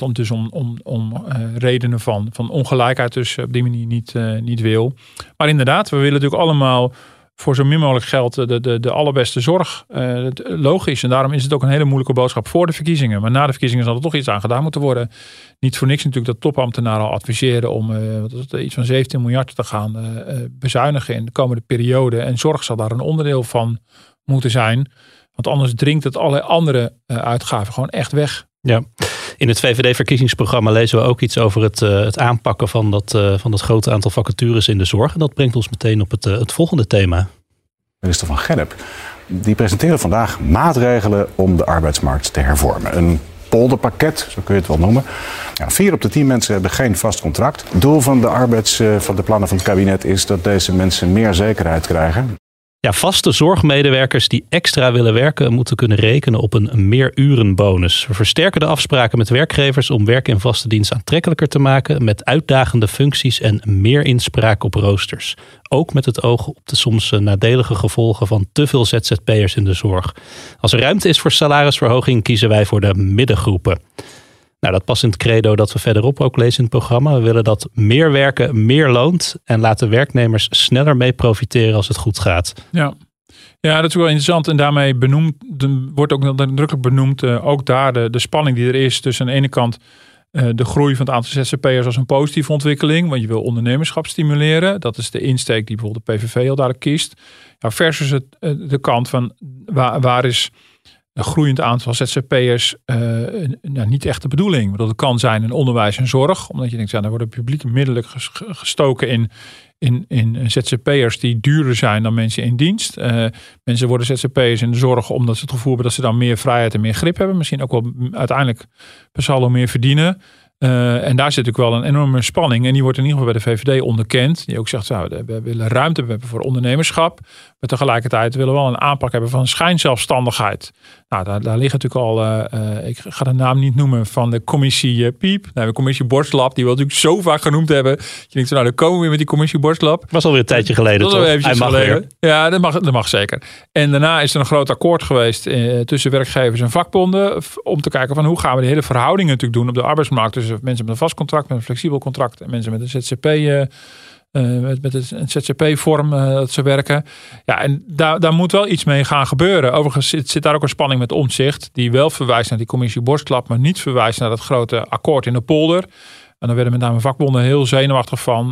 om redenen van ongelijkheid dus op die manier niet wil. Maar inderdaad, we willen natuurlijk allemaal voor zo min mogelijk geld de allerbeste zorg. Logisch. En daarom is het ook een hele moeilijke boodschap voor de verkiezingen. Maar na de verkiezingen zal er toch iets aan gedaan moeten worden. Niet voor niks natuurlijk dat topambtenaren al adviseren om iets van 17 miljard te gaan bezuinigen in de komende periode. En zorg zal daar een onderdeel van moeten zijn. Want anders dringt het allerlei andere uitgaven gewoon echt weg. Ja. In het VVD-verkiezingsprogramma lezen we ook iets over het aanpakken van dat grote aantal vacatures in de zorg. En dat brengt ons meteen op het volgende thema. Minister Van Gennep die presenteerde vandaag maatregelen om de arbeidsmarkt te hervormen. Een polderpakket, zo kun je het wel noemen. 4 op de 10 mensen hebben geen vast contract. Het doel van van de plannen van het kabinet is dat deze mensen meer zekerheid krijgen. Ja, vaste zorgmedewerkers die extra willen werken moeten kunnen rekenen op een meerurenbonus. We versterken de afspraken met werkgevers om werk in vaste dienst aantrekkelijker te maken met uitdagende functies en meer inspraak op roosters. Ook met het oog op de soms nadelige gevolgen van te veel ZZP'ers in de zorg. Als er ruimte is voor salarisverhoging kiezen wij voor de middengroepen. Nou, dat past in het credo dat we verderop ook lezen in het programma. We willen dat meer werken meer loont en laten werknemers sneller mee profiteren als het goed gaat. Ja, dat is wel interessant. En daarmee wordt ook nadrukkelijk benoemd ook daar de spanning die er is tussen aan de ene kant de groei van het aantal ZZP'ers als een positieve ontwikkeling. Want je wil ondernemerschap stimuleren. Dat is de insteek die bijvoorbeeld de PVV heel duidelijk kiest. Versus de kant van waar is een groeiend aantal ZZP'ers niet echt de bedoeling. Dat kan zijn in onderwijs en zorg. Omdat je denkt, daar worden publieke middelen gestoken in ZZP'ers die duurder zijn dan mensen in dienst. Mensen worden ZZP'ers in de zorg omdat ze het gevoel hebben dat ze dan meer vrijheid en meer grip hebben. Misschien ook wel uiteindelijk per saldo meer verdienen. En daar zit natuurlijk wel een enorme spanning. En die wordt in ieder geval bij de VVD onderkend. Die ook zegt, we willen ruimte hebben voor ondernemerschap. Maar tegelijkertijd willen we wel een aanpak hebben van schijnzelfstandigheid. Nou, daar ligt natuurlijk al, ik ga de naam niet noemen, van de commissie Piep. Nou, de commissie Borstlab, die we natuurlijk zo vaak genoemd hebben. Je denkt, dan komen we weer met die commissie Borstlab. Was alweer een tijdje geleden, dat toch? Hij mag geleden. Weer. Ja, dat mag zeker. En daarna is er een groot akkoord geweest tussen werkgevers en vakbonden. Om te kijken van hoe gaan we de hele verhoudingen natuurlijk doen op de arbeidsmarkt. Tussen mensen met een vast contract, met een flexibel contract en mensen met een ZZP. Met een ZZP-vorm dat ze werken. Ja, en daar moet wel iets mee gaan gebeuren. Overigens zit daar ook een spanning met Omtzigt. Die wel verwijst naar die commissie Borstlab, maar niet verwijst naar dat grote akkoord in de polder. En daar werden met name vakbonden heel zenuwachtig van.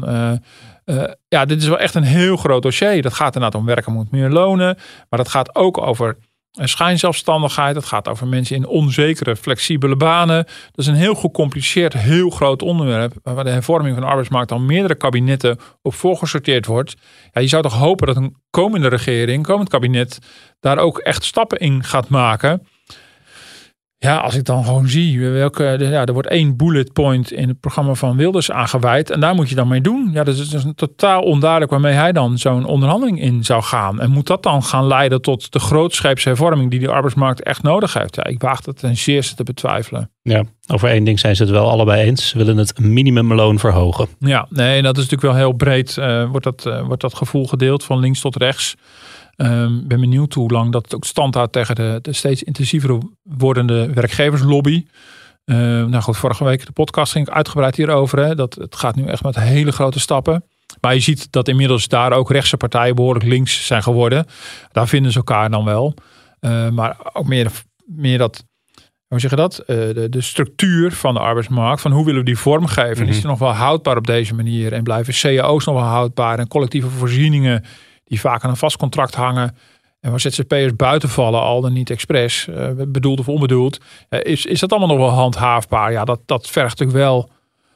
Dit is wel echt een heel groot dossier. Dat gaat inderdaad om werken moet meer lonen. Maar dat gaat ook over schijnzelfstandigheid. Het gaat over mensen in onzekere, flexibele banen. Dat is een heel gecompliceerd, heel groot onderwerp. Waar de hervorming van de arbeidsmarkt al meerdere kabinetten op voorgesorteerd wordt. Ja, je zou toch hopen dat een komende regering, komend kabinet, daar ook echt stappen in gaat maken. Ja, als ik dan gewoon zie er wordt 1 bullet point in het programma van Wilders aangeweid. En daar moet je dan mee doen. Ja, dat is totaal onduidelijk waarmee hij dan zo'n onderhandeling in zou gaan. En moet dat dan gaan leiden tot de grootscheepse hervorming die de arbeidsmarkt echt nodig heeft? Ja, ik waag het ten zeerste te betwijfelen. Ja, over 1 ding zijn ze het wel allebei eens. Ze willen het minimumloon verhogen. Ja, nee, dat is natuurlijk wel heel breed. Wordt dat gevoel gedeeld van links tot rechts. Ben benieuwd hoe lang dat ook stand houdt tegen de steeds intensiever wordende werkgeverslobby. Goed, vorige week de podcast ging ik uitgebreid hierover. Het gaat nu echt met hele grote stappen. Maar je ziet dat inmiddels daar ook rechtse partijen behoorlijk links zijn geworden. Daar vinden ze elkaar dan wel. Maar ook meer dat hoe zeg je dat? De structuur van de arbeidsmarkt. Van hoe willen we die vormgeven? Mm-hmm. Is het nog wel houdbaar op deze manier? En blijven cao's nog wel houdbaar? En collectieve voorzieningen die vaak aan een vast contract hangen. En waar ZZP'ers buiten vallen, al dan niet expres. Bedoeld of onbedoeld. Is dat allemaal nog wel handhaafbaar? Ja, dat vergt natuurlijk wel...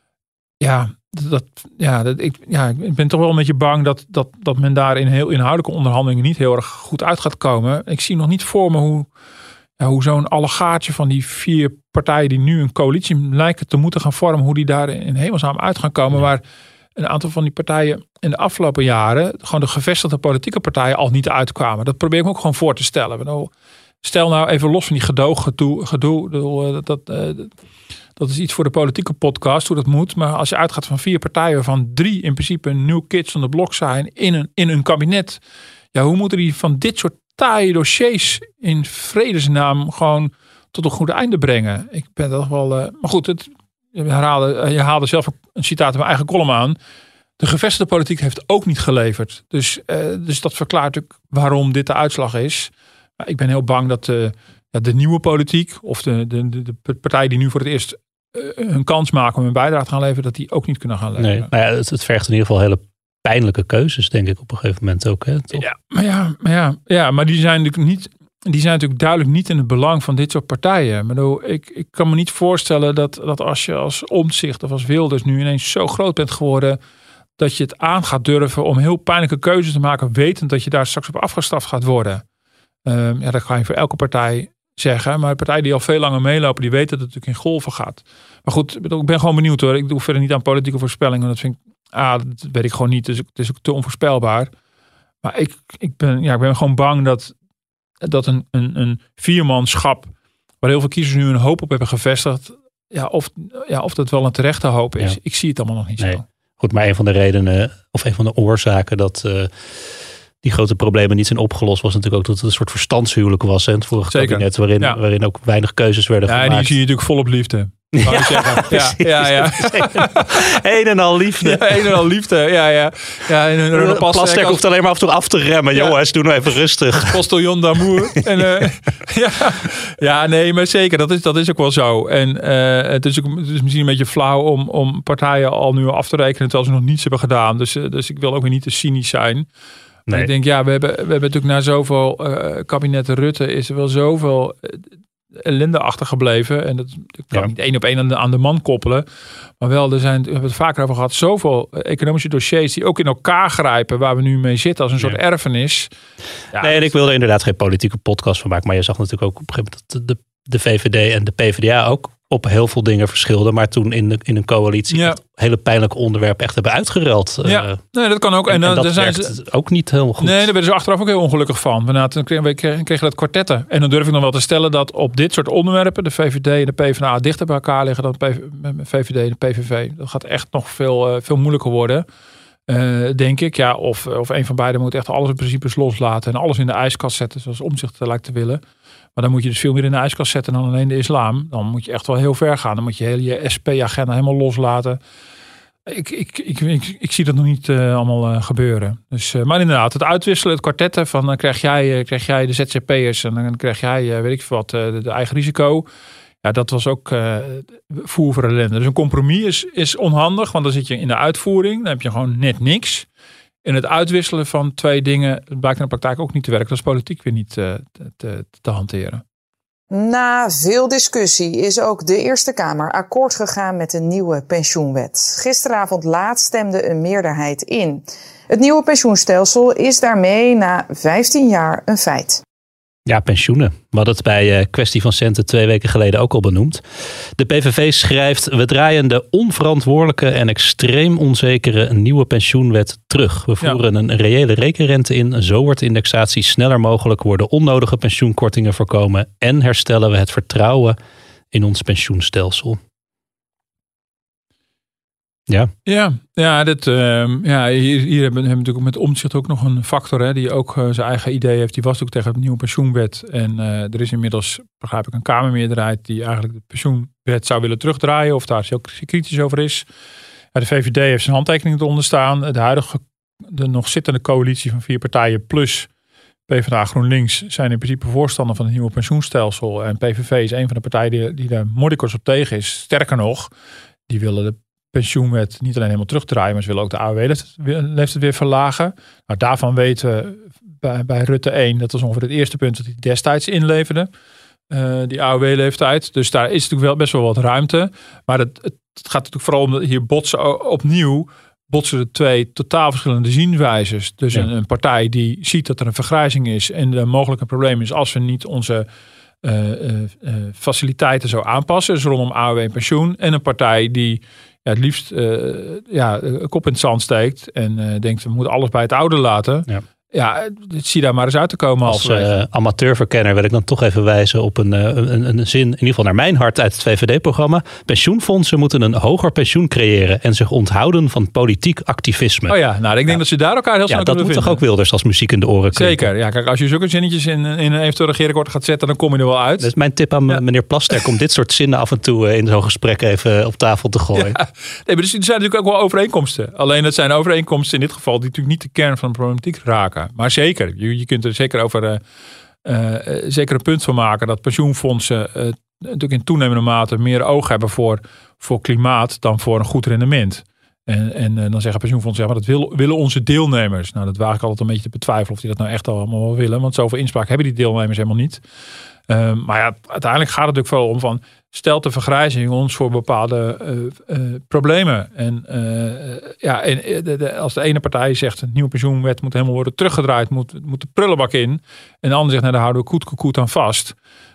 Ik ben toch wel een beetje bang dat men daar in heel inhoudelijke onderhandelingen niet heel erg goed uit gaat komen. Ik zie nog niet voor me hoe zo'n allegaartje van die 4 partijen die nu een coalitie lijken te moeten gaan vormen, hoe die daar in hemelsnaam uit gaan komen. Waar een aantal van die partijen in de afgelopen jaren, gewoon de gevestigde politieke partijen, al niet uitkwamen. Dat probeer ik me ook gewoon voor te stellen. Stel nou even los van die gedoe. Dat is iets voor de politieke podcast, hoe dat moet. Maar als je uitgaat van 4 partijen, waarvan 3 in principe new kids on the block zijn in een kabinet. Ja, hoe moeten die van dit soort taaie dossiers in vredesnaam gewoon tot een goed einde brengen? Ik ben dat wel... maar goed, je haalde zelf een citaat in mijn eigen column aan. De gevestigde politiek heeft ook niet geleverd. Dus dat verklaart natuurlijk waarom dit de uitslag is. Maar ik ben heel bang dat de nieuwe politiek of de partijen die nu voor het eerst hun kans maken om een bijdrage te gaan leveren, dat die ook niet kunnen gaan leveren. Nee, maar het vergt in ieder geval hele pijnlijke keuzes, denk ik, op een gegeven moment ook. Hè, toch? Maar die zijn natuurlijk duidelijk niet in het belang van dit soort partijen. Ik kan me niet voorstellen dat als je als Omtzigt of als Wilders nu ineens zo groot bent geworden, dat je het aan gaat durven om heel pijnlijke keuzes te maken, wetend dat je daar straks op afgestraft gaat worden. Dat ga je voor elke partij zeggen. Maar de partijen die al veel langer meelopen, die weten dat het natuurlijk in golven gaat. Maar goed, ik ben gewoon benieuwd hoor. Ik doe verder niet aan politieke voorspellingen. Dat weet ik gewoon niet. Dus het is ook te onvoorspelbaar. Maar ik ben gewoon bang dat een 4-manschap, waar heel veel kiezers nu een hoop op hebben gevestigd, of dat wel een terechte hoop is. Ja. Ik zie het allemaal nog niet zo. Goed, maar een van de redenen, of een van de oorzaken dat die grote problemen niet zijn opgelost, was natuurlijk ook dat het een soort verstandshuwelijk was. Hè, het vorige kabinet, waarin ook weinig keuzes werden gemaakt. Ja, die zie je natuurlijk volop liefde. Ja. Een en al liefde. Ja, een en al liefde. Ja, Plasterk hoeft alleen maar af en toe af te remmen. Ja. Jongens, doe nou even rustig. Postillon d'amour. Nee, maar zeker. Dat is ook wel zo. En het is misschien een beetje flauw om partijen al nu af te rekenen terwijl ze nog niets hebben gedaan. Dus ik wil ook weer niet te cynisch zijn. Nee. Ik denk, we hebben natuurlijk na zoveel kabinetten Rutte is er wel zoveel ellende achtergebleven. En dat kan niet 1 op 1 aan de man koppelen. Maar wel, we hebben het vaker over gehad, zoveel economische dossiers die ook in elkaar grijpen, waar we nu mee zitten als een soort erfenis. Ja, en ik wilde inderdaad geen politieke podcast van maken. Maar je zag natuurlijk ook op een gegeven moment dat de VVD en de PvdA ook op heel veel dingen verschilden. Maar toen in een coalitie hele pijnlijke onderwerpen echt hebben uitgeruild. Nee, dat kan ook. En dat werkt ook niet heel goed. Nee, daar werden ze achteraf ook heel ongelukkig van. Toen kregen dat kwartetten. En dan durf ik nog wel te stellen dat op dit soort onderwerpen de VVD en de PvdA dichter bij elkaar liggen dan de VVD en de PVV. Dat gaat echt nog veel moeilijker worden. Denk ik. Ja, of een van beiden moet echt alles in principes loslaten en alles in de ijskast zetten, zoals Omtzigt lijkt te willen. Maar dan moet je dus veel meer in de ijskast zetten dan alleen de islam. Dan moet je echt wel heel ver gaan. Dan moet je je SP-agenda helemaal loslaten. Ik zie dat nog niet allemaal gebeuren. Dus, maar inderdaad, het uitwisselen, het kwartetten van dan krijg jij de ZZP'ers en dan krijg jij, weet ik veel wat, de eigen risico. Ja, dat was ook voer voor ellende. Dus een compromis is onhandig, want dan zit je in de uitvoering. Dan heb je gewoon net niks. En het uitwisselen van 2 dingen blijkt in de praktijk ook niet te werken. Dat is politiek weer niet te hanteren. Na veel discussie is ook de Eerste Kamer akkoord gegaan met een nieuwe pensioenwet. Gisteravond laat stemde een meerderheid in. Het nieuwe pensioenstelsel is daarmee na 15 jaar een feit. Ja, pensioenen. We hadden het bij Kwestie van Centen 2 weken geleden ook al benoemd. De PVV schrijft: we draaien de onverantwoordelijke en extreem onzekere nieuwe pensioenwet terug. We voeren een reële rekenrente in. Zo wordt indexatie sneller mogelijk, worden onnodige pensioenkortingen voorkomen en herstellen we het vertrouwen in ons pensioenstelsel. Ja. Hier hebben we natuurlijk met Omtzigt ook nog een factor, die ook zijn eigen idee heeft. Die was ook tegen de nieuwe pensioenwet. En er is inmiddels, begrijp ik, een Kamermeerderheid die eigenlijk de pensioenwet zou willen terugdraaien. Of daar heel kritisch over is. De VVD heeft zijn handtekening eronder staan. De nog zittende coalitie van 4 partijen plus PvdA, GroenLinks zijn in principe voorstander van het nieuwe pensioenstelsel. En PVV is een van de partijen die daar mordicus op tegen is. Sterker nog, die willen de pensioenwet niet alleen helemaal terugdraaien, maar ze willen ook de AOW-leeftijd weer verlagen. Nou, daarvan weten we bij Rutte 1, dat was ongeveer het eerste punt dat hij destijds inleverde. Die AOW-leeftijd. Dus daar is natuurlijk wel best wel wat ruimte. Maar het gaat natuurlijk vooral om hier botsen de twee totaal verschillende zienswijzes. Dus een partij die ziet dat er een vergrijzing is en er mogelijk een probleem is als we niet onze faciliteiten zo aanpassen. Dus rondom AOW en pensioen. En een partij die het liefst kop in het zand steekt en denkt we moeten alles bij het oude laten. Ja, zie daar maar eens uit te komen. Als amateurverkenner wil ik dan toch even wijzen op een zin, in ieder geval naar mijn hart uit het VVD-programma. Pensioenfondsen moeten een hoger pensioen creëren en zich onthouden van politiek activisme. Oh ja, nou ik denk dat ze daar elkaar heel snel kunnen vinden. Dat moet toch ook Wilders als muziek in de oren klinken. Zeker, ja, kijk, als je zulke zinnetjes in een eventueel regeerakkoord gaat zetten, dan kom je er wel uit. Dat is mijn tip aan meneer Plasterk om dit soort zinnen af en toe in zo'n gesprek even op tafel te gooien. Ja. Nee, maar er zijn natuurlijk ook wel overeenkomsten. Alleen dat zijn overeenkomsten in dit geval die natuurlijk niet de kern van de problematiek raken. Maar zeker, je kunt er zeker over zeker een punt van maken dat pensioenfondsen natuurlijk in toenemende mate meer oog hebben voor klimaat dan voor een goed rendement. En dan zeggen pensioenfondsen, maar dat willen onze deelnemers. Nou, dat waag ik altijd een beetje te betwijfelen of die dat nou echt allemaal wel willen. Want zoveel inspraak hebben die deelnemers helemaal niet. Maar ja, uiteindelijk gaat het natuurlijk vooral om van, stelt de vergrijzing ons voor bepaalde problemen. En als de ene partij zegt, een nieuwe pensioenwet moet helemaal worden teruggedraaid, moet de prullenbak in. En de ander zegt, nou, daar houden we koet aan vast.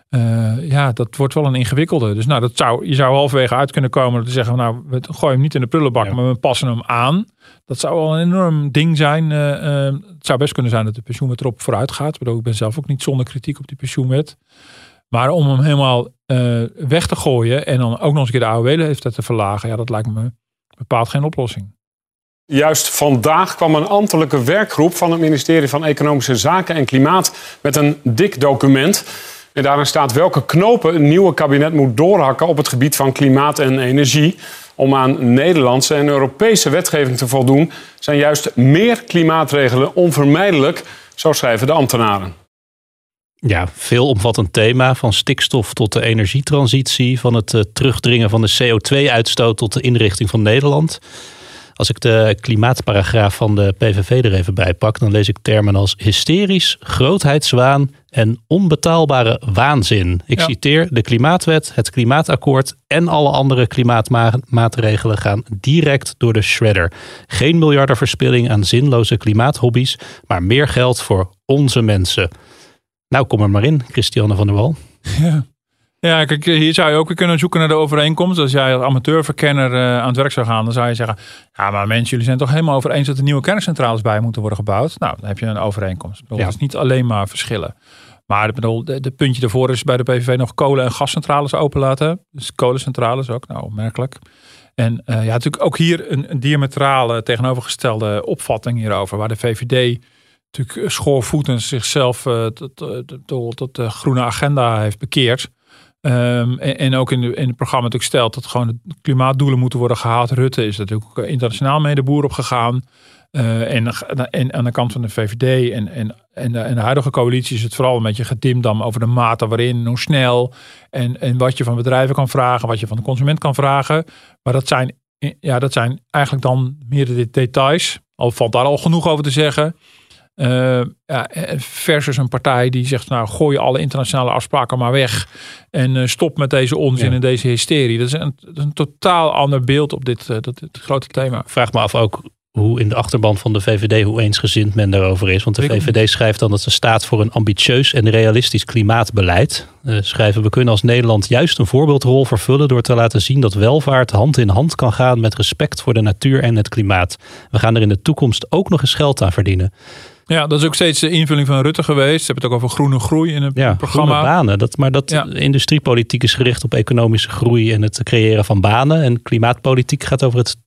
Dat wordt wel een ingewikkelde. Dus nou, je zou halverwege uit kunnen komen te zeggen, nou, we gooien hem niet in de prullenbak, maar we passen hem aan. Dat zou wel een enorm ding zijn. Het zou best kunnen zijn dat de pensioenwet erop vooruit gaat. Ik ben zelf ook niet zonder kritiek op die pensioenwet. Maar om hem helemaal weg te gooien en dan ook nog eens een keer de AOW-leeftijd te verlagen, dat lijkt me bepaald geen oplossing. Juist vandaag kwam een ambtelijke werkgroep van het ministerie van Economische Zaken en Klimaat met een dik document. En daarin staat welke knopen een nieuwe kabinet moet doorhakken op het gebied van klimaat en energie. Om aan Nederlandse en Europese wetgeving te voldoen, zijn juist meer klimaatregelen onvermijdelijk, zo schrijven de ambtenaren. Ja, veelomvattend thema, van stikstof tot de energietransitie, van het terugdringen van de CO2-uitstoot tot de inrichting van Nederland. Als ik de klimaatparagraaf van de PVV er even bij pak, dan lees ik termen als hysterisch, grootheidswaan en onbetaalbare waanzin. Ik citeer, de klimaatwet, het klimaatakkoord en alle andere klimaatmaatregelen gaan direct door de shredder. Geen miljardenverspilling aan zinloze klimaathobby's, maar meer geld voor onze mensen. Nou, kom er maar in, Christiane van der Wal. Ja, kijk, hier zou je ook weer kunnen zoeken naar de overeenkomst. Als jij als amateurverkenner aan het werk zou gaan, dan zou je zeggen, ja, maar mensen, jullie zijn toch helemaal over eens dat er nieuwe kerncentrales bij moeten worden gebouwd. Nou, dan heb je een overeenkomst. Het is niet alleen maar verschillen. Maar ik bedoel, de puntje daarvoor is bij de PVV nog kolen- en gascentrales openlaten. Dus kolencentrales ook, nou, opmerkelijk. En natuurlijk ook hier een diametrale tegenovergestelde opvatting hierover, waar de VVD natuurlijk schoorvoetend zichzelf tot de groene agenda heeft bekeerd. En ook in het programma natuurlijk stelt dat gewoon de klimaatdoelen moeten worden gehaald. Rutte is natuurlijk ook internationaal mee de boer op gegaan. En aan de kant van de VVD en de huidige coalitie is het vooral een beetje gedimdam over de mate waarin, hoe snel en wat je van bedrijven kan vragen, wat je van de consument kan vragen. Maar dat zijn eigenlijk dan meer de details. Al valt daar al genoeg over te zeggen. Versus een partij die zegt, nou, gooi alle internationale afspraken maar weg en stop met deze onzin en deze hysterie. Dat is een totaal ander beeld op dit grote thema. Vraag me af ook hoe in de achterban van de VVD, hoe eensgezind men daarover is. Want de VVD schrijft dan dat ze staat voor een ambitieus en realistisch klimaatbeleid. Schrijven, we kunnen als Nederland juist een voorbeeldrol vervullen door te laten zien dat welvaart hand in hand kan gaan met respect voor de natuur en het klimaat. We gaan er in de toekomst ook nog eens geld aan verdienen. Ja, dat is ook steeds de invulling van Rutte geweest. Ze hebben het ook over groene groei in het programma. Groene banen. Industriepolitiek is gericht op economische groei en het creëren van banen. En klimaatpolitiek gaat over het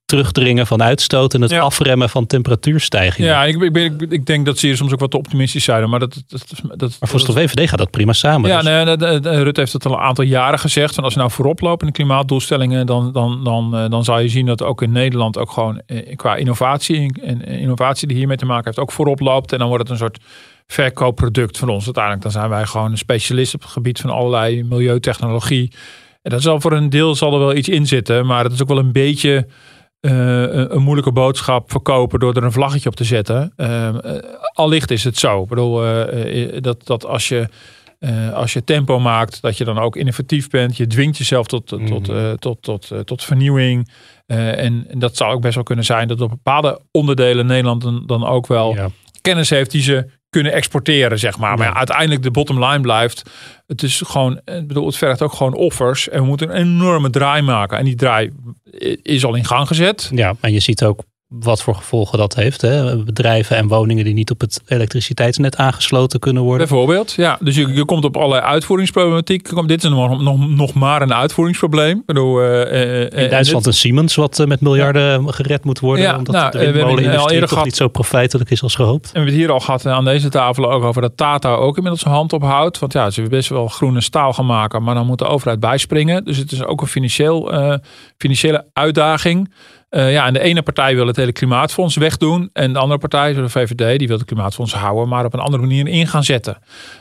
terugdringen van uitstoot en het afremmen van temperatuurstijgingen. Ja, ik denk dat ze hier soms ook wat te optimistisch zijn. Maar maar volgens de VVD gaat dat prima samen. Ja, dus. Rutte heeft het al een aantal jaren gezegd. Van als we nou voorop lopen in de klimaatdoelstellingen, dan zal je zien dat ook in Nederland ook gewoon qua innovatie die hiermee te maken heeft, ook voorop loopt. En dan wordt het een soort verkoopproduct van ons. Uiteindelijk dan zijn wij gewoon een specialist op het gebied van allerlei milieutechnologie. En dat zal voor een deel zal er wel iets in zitten, maar het is ook wel een beetje een moeilijke boodschap verkopen door er een vlaggetje op te zetten. Allicht is het zo. Ik bedoel, dat als je tempo maakt, dat je dan ook innovatief bent. Je dwingt jezelf tot vernieuwing. En dat zou ook best wel kunnen zijn dat op bepaalde onderdelen Nederland dan ook wel kennis heeft die ze kunnen exporteren, zeg maar. Maar uiteindelijk de bottom line blijft. Het is gewoon, het vergt ook gewoon offers. En we moeten een enorme draai maken. En die draai is al in gang gezet. Ja, en je ziet ook wat voor gevolgen dat heeft. Hè? Bedrijven en woningen die niet op het elektriciteitsnet aangesloten kunnen worden. Bijvoorbeeld, ja. Dus je komt op allerlei uitvoeringsproblematiek. Dit is nog maar een uitvoeringsprobleem. In Duitsland een Siemens wat met miljarden gered moet worden. Omdat de windmolenindustrie toch niet zo profijtelijk is als gehoopt. En we hebben het hier al gehad aan deze tafel ook over dat Tata ook inmiddels zijn hand ophoudt. Want ze willen best wel groene staal gaan maken. Maar dan moet de overheid bijspringen. Dus het is ook een financiële uitdaging. En de ene partij wil het hele klimaatfonds wegdoen. En de andere partij, de VVD, die wil het klimaatfonds houden. Maar op een andere manier in gaan zetten.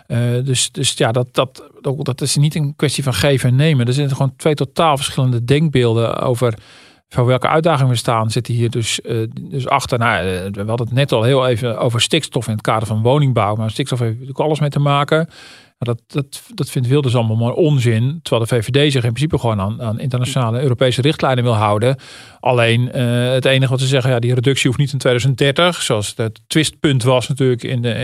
Dat is niet een kwestie van geven en nemen. Er zijn gewoon twee totaal verschillende denkbeelden over voor welke uitdagingen we staan. Zitten hier dus achter. We hadden het net al heel even over stikstof in het kader van woningbouw. Maar stikstof heeft natuurlijk alles mee te maken. Dat vindt Wilders allemaal maar onzin. Terwijl de VVD zich in principe gewoon aan internationale Europese richtlijnen wil houden. Alleen het enige wat ze zeggen, die reductie hoeft niet in 2030. Zoals het twistpunt was natuurlijk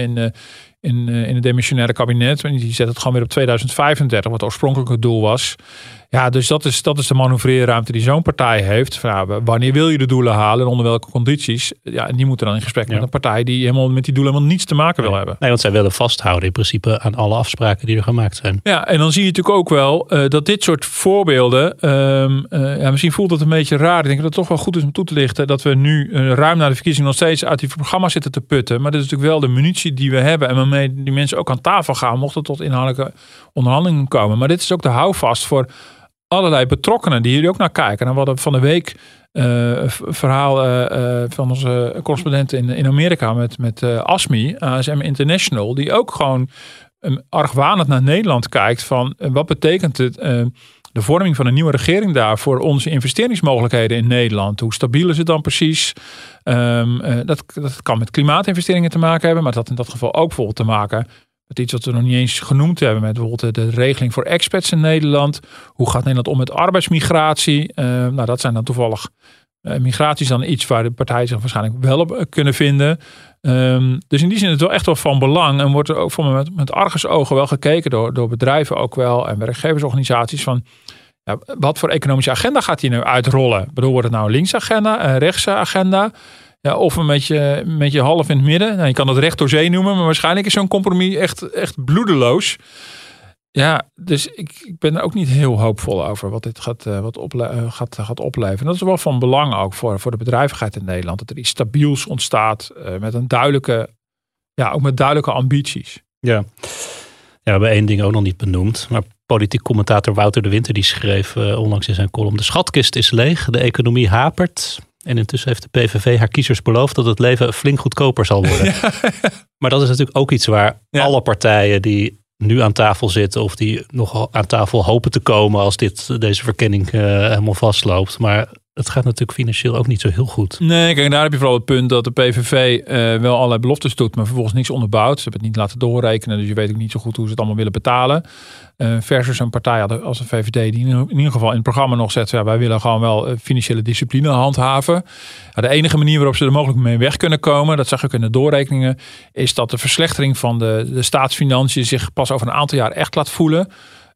in het demissionaire kabinet. Die zet het gewoon weer op 2035, wat het oorspronkelijke doel was. Ja, dus dat is de manoeuvreerruimte die zo'n partij heeft. Wanneer wil je de doelen halen en onder welke condities? Ja, en die moeten dan in gesprek met een partij die helemaal met die doelen helemaal niets te maken wil hebben. Nee, want zij willen vasthouden in principe aan alle afspraken die er gemaakt zijn. Ja, en dan zie je natuurlijk ook wel dat dit soort voorbeelden, misschien voelt het een beetje raar. Ik denk dat het toch wel goed is om toe te lichten dat we nu ruim na de verkiezingen nog steeds uit die programma's zitten te putten. Maar dit is natuurlijk wel de munitie die we hebben en waarmee die mensen ook aan tafel gaan, mocht het tot inhoudelijke onderhandelingen komen. Maar dit is ook de houvast voor allerlei betrokkenen die hier ook naar kijken. En we hadden van de week een verhaal van onze correspondent in Amerika met ASMI, ASM International, die ook gewoon argwanend naar Nederland kijkt van wat betekent het de vorming van een nieuwe regering daar voor onze investeringsmogelijkheden in Nederland. Hoe stabiel is het dan precies? Dat kan met klimaatinvesteringen te maken hebben, maar dat in dat geval ook bijvoorbeeld te maken met iets wat we nog niet eens genoemd hebben. Met bijvoorbeeld de regeling voor expats in Nederland. Hoe gaat Nederland om met arbeidsmigratie? Dat zijn dan toevallig migratie is dan iets waar de partijen zich waarschijnlijk wel op kunnen vinden. Dus in die zin is het wel echt wel van belang. En wordt er ook met argusogen wel gekeken door bedrijven ook wel. En werkgeversorganisaties van wat voor economische agenda gaat hier nou uitrollen? Ik bedoel, wordt het nou een linksagenda, een rechtse agenda? Ja, of een beetje half in het midden. Nou, je kan het recht door zee noemen, maar waarschijnlijk is zo'n compromis echt bloedeloos. Ja, dus ik ben er ook niet heel hoopvol over wat dit gaat opleveren. En dat is wel van belang ook voor de bedrijvigheid in Nederland. Dat er iets stabiels ontstaat met een ook met duidelijke ambities. Ja, we hebben één ding ook nog niet benoemd. Maar politiek commentator Wouter de Winter die schreef onlangs in zijn column: de schatkist is leeg, de economie hapert. En intussen heeft de PVV haar kiezers beloofd dat het leven flink goedkoper zal worden. Ja. Maar dat is natuurlijk ook iets waar alle partijen die nu aan tafel zitten of die nog aan tafel hopen te komen als deze verkenning helemaal vastloopt. Maar het gaat natuurlijk financieel ook niet zo heel goed. Nee, kijk, daar heb je vooral het punt dat de PVV wel allerlei beloftes doet, maar vervolgens niks onderbouwt. Ze hebben het niet laten doorrekenen, dus je weet ook niet zo goed hoe ze het allemaal willen betalen. Versus een partij als de VVD die in ieder geval in het programma nog zet, wij willen gewoon wel financiële discipline handhaven. De enige manier waarop ze er mogelijk mee weg kunnen komen, dat zag ik in de doorrekeningen, is dat de verslechtering van de staatsfinanciën zich pas over een aantal jaar echt laat voelen.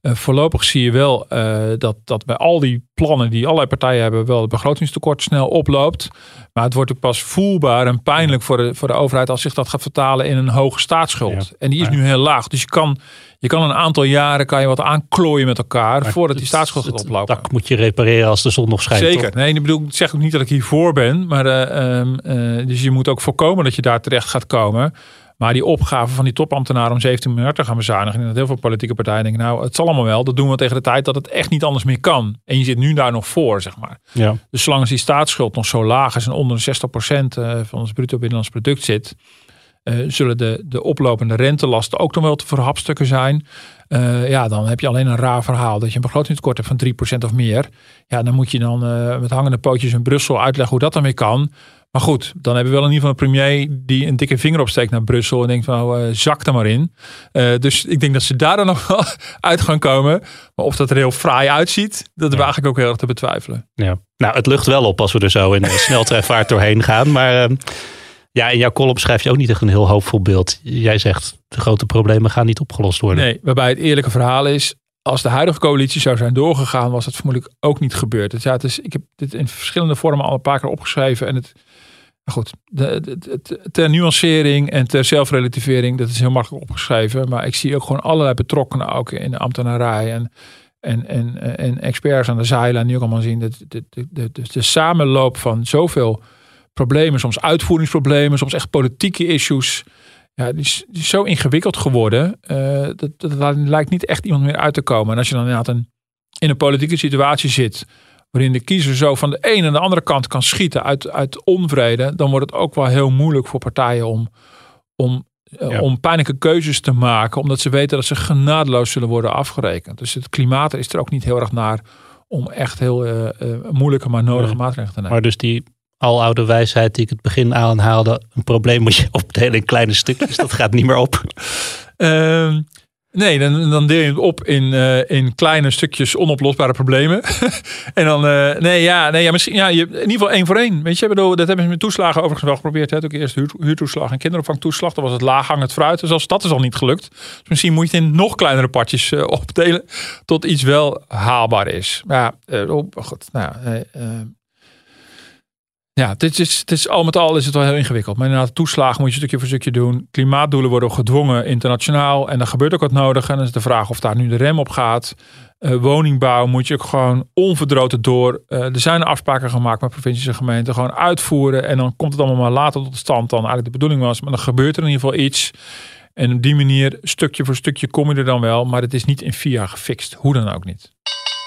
Voorlopig zie je wel dat bij al die plannen die allerlei partijen hebben, wel het begrotingstekort snel oploopt. Maar het wordt ook pas voelbaar en pijnlijk voor de overheid als zich dat gaat vertalen in een hoge staatsschuld. Ja. En die is nu heel laag. Dus je kan een aantal jaren wat aanklooien met elkaar voordat die staatsschuld gaat oplopen. Dat moet je repareren als de zon nog schijnt. Zeker. Toch? Nee, ik zeg ook niet dat ik hiervoor ben. Maar dus je moet ook voorkomen dat je daar terecht gaat komen. Maar die opgave van die topambtenaren om 17 miljard te gaan bezuinigen. En dat heel veel politieke partijen denken, nou, het zal allemaal wel. Dat doen we tegen de tijd dat het echt niet anders meer kan. En je zit nu daar nog voor, zeg maar. Ja. Dus zolang als die staatsschuld nog zo laag is en onder de 60% van ons bruto binnenlands product zit, zullen de oplopende rentelasten ook nog wel te verhapstukken zijn. Dan heb je alleen een raar verhaal. Dat je een begrotingstekort hebt van 3% of meer. Ja, dan moet je dan met hangende pootjes in Brussel uitleggen hoe dat dan weer kan. Maar goed, dan hebben we wel in ieder geval een premier die een dikke vinger opsteekt naar Brussel en denkt van zak er maar in. Dus ik denk dat ze daar dan nog wel uit gaan komen. Maar of dat er heel fraai uitziet, dat is eigenlijk ook heel erg te betwijfelen. Ja. Nou, het lucht wel op als we er zo in sneltreinvaart doorheen gaan. Maar in jouw column schrijf je ook niet echt een heel hoopvol beeld. Jij zegt, de grote problemen gaan niet opgelost worden. Nee, waarbij het eerlijke verhaal is, als de huidige coalitie zou zijn doorgegaan, was het vermoedelijk ook niet gebeurd. Dus ik heb dit in verschillende vormen al een paar keer opgeschreven. En ter nuancering en ter zelfrelativering, dat is heel makkelijk opgeschreven. Maar ik zie ook gewoon allerlei betrokkenen, ook in de ambtenarij en experts aan de zijlijn, die ook allemaal zien dat de samenloop van zoveel problemen, soms uitvoeringsproblemen, soms echt politieke issues. Ja, die is zo ingewikkeld geworden. Dat lijkt niet echt iemand meer uit te komen. En als je dan inderdaad in een politieke situatie zit, waarin de kiezer zo van de ene en de andere kant kan schieten uit onvrede, dan wordt het ook wel heel moeilijk voor partijen om pijnlijke keuzes te maken, omdat ze weten dat ze genadeloos zullen worden afgerekend. Dus het klimaat is er ook niet heel erg naar om echt heel moeilijke maar nodige maatregelen te nemen. Maar dus die aloude wijsheid die ik het begin aanhaalde, een probleem moet je opdelen in kleine stukjes, dat gaat niet meer op. Nee, dan deel je het op in kleine stukjes onoplosbare problemen. En dan, misschien, in ieder geval 1 voor 1. Weet je, dat hebben ze met toeslagen overigens wel geprobeerd. Hè? Ook eerst huurtoeslag en kinderopvangtoeslag. Dat was het laaghangend fruit. Dus als dat is al niet gelukt. Dus misschien moet je het in nog kleinere partjes opdelen, tot iets wel haalbaar is. Maar goed, het is al met al is het wel heel ingewikkeld. Maar inderdaad, toeslagen moet je stukje voor stukje doen. Klimaatdoelen worden gedwongen internationaal. En dan gebeurt ook wat nodig. En dan is de vraag of daar nu de rem op gaat. Woningbouw moet je ook gewoon onverdroten door. Er zijn afspraken gemaakt met provincies en gemeenten. Gewoon uitvoeren. En dan komt het allemaal maar later tot stand dan eigenlijk de bedoeling was. Maar dan gebeurt er in ieder geval iets. En op die manier, stukje voor stukje kom je er dan wel. Maar het is niet in 4 jaar gefixt. Hoe dan ook niet.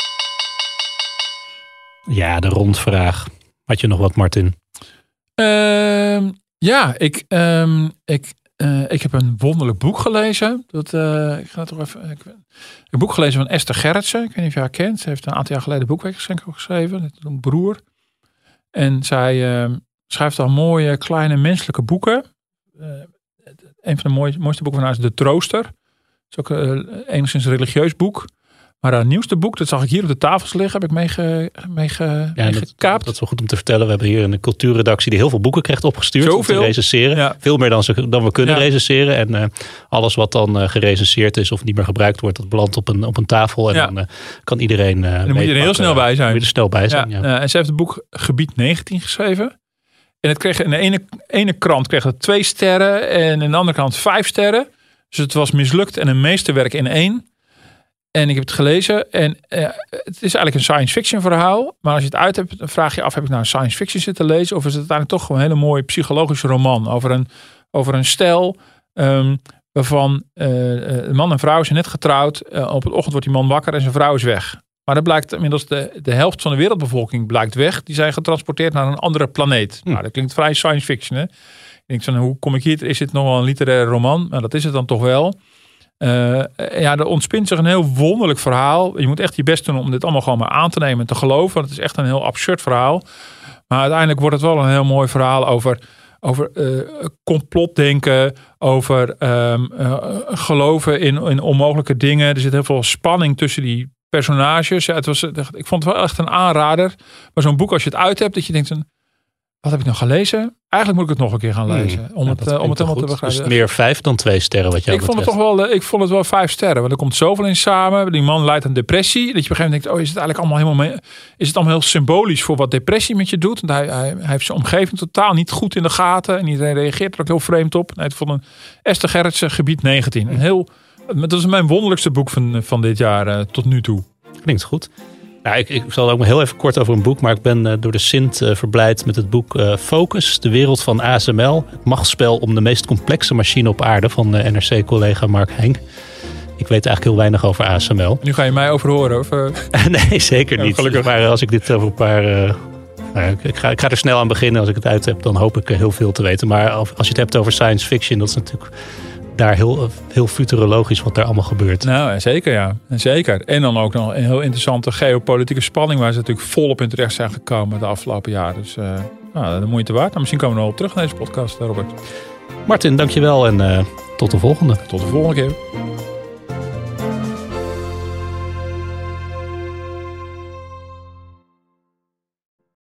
Ja, de rondvraag. Had je nog wat, Martin? Ik heb een wonderlijk boek gelezen. Ik heb een boek gelezen van Esther Gerritsen. Ik weet niet of je haar kent. Ze heeft een aantal jaar geleden Boekweekgeschenk geschreven. Een broer. En zij schrijft al mooie, kleine, menselijke boeken. Een van de mooiste boeken van haar is De Trooster. Dat is ook enigszins een religieus boek. Maar haar nieuwste boek, dat zag ik hier op de tafels liggen, heb ik meegekaapt. Dat is wel goed om te vertellen. We hebben hier een cultuurredactie die heel veel boeken krijgt opgestuurd om te recenseren. Ja. Veel meer dan we kunnen recenseren. En alles wat dan gerecenseerd is of niet meer gebruikt wordt, dat belandt op een tafel. En dan kan iedereen dan moet je er heel snel bij zijn. Moet je er snel bij zijn, en ze heeft het boek Gebied 19 geschreven. En het kreeg in de ene krant kreeg het 2 sterren en in de andere krant 5 sterren. Dus het was mislukt en een meesterwerk in 1. En ik heb het gelezen en het is eigenlijk een science fiction verhaal. Maar als je het uit hebt, dan vraag je af, heb ik nou science fiction zitten lezen? Of is het uiteindelijk toch gewoon een hele mooie psychologische roman over een stel waarvan een man en vrouw zijn net getrouwd. Op een ochtend wordt die man wakker en zijn vrouw is weg. Maar dat blijkt inmiddels de helft van de wereldbevolking blijkt weg. Die zijn getransporteerd naar een andere planeet. Nou, dat klinkt vrij science fiction, hè? Ik denk van, hoe kom ik hier? Is dit nog wel een literaire roman? Nou, dat is het dan toch wel. Er ontspint zich een heel wonderlijk verhaal. Je moet echt je best doen om dit allemaal gewoon maar aan te nemen en te geloven. Want het is echt een heel absurd verhaal. Maar uiteindelijk wordt het wel een heel mooi verhaal over complotdenken, over geloven in onmogelijke dingen. Er zit heel veel spanning tussen die personages. Ja, ik vond het wel echt een aanrader. Maar zo'n boek, als je het uit hebt, dat je denkt, Wat heb ik nog gelezen? Eigenlijk moet ik het nog een keer gaan lezen. Om het helemaal te begrijpen. Dus meer 5 dan 2 sterren wat jou betreft. Ik vond het wel 5 sterren. Want er komt zoveel in samen. Die man lijdt aan depressie. Dat je op een gegeven moment denkt, is het eigenlijk allemaal heel symbolisch voor wat depressie met je doet. Want hij heeft zijn omgeving totaal niet goed in de gaten. En iedereen reageert er ook heel vreemd op. Hij heeft van Esther Gerritsen, Gebied 19. Dat is mijn wonderlijkste boek van dit jaar tot nu toe. Klinkt goed. Nou, ik zal ook maar heel even kort over een boek. Maar ik ben door de Sint verblijd met het boek Focus. De wereld van ASML. Het machtsspel om de meest complexe machine op aarde. Van NRC-collega Mark Henk. Ik weet eigenlijk heel weinig over ASML. Nu ga je mij overhoren? Of? Nee, zeker niet. Gelukkig. Maar als ik dit over een paar... ik ga er snel aan beginnen. Als ik het uit heb, dan hoop ik heel veel te weten. Maar als je het hebt over science fiction, dat is natuurlijk... daar heel futurologisch wat daar allemaal gebeurt. Nou, zeker ja. Zeker. En dan ook nog een heel interessante geopolitieke spanning... waar ze natuurlijk volop in terecht zijn gekomen de afgelopen jaren. Dus de moeite waard. Nou, misschien komen we nog op terug in deze podcast, Robert. Martin, dankjewel en tot de volgende. Tot de volgende keer.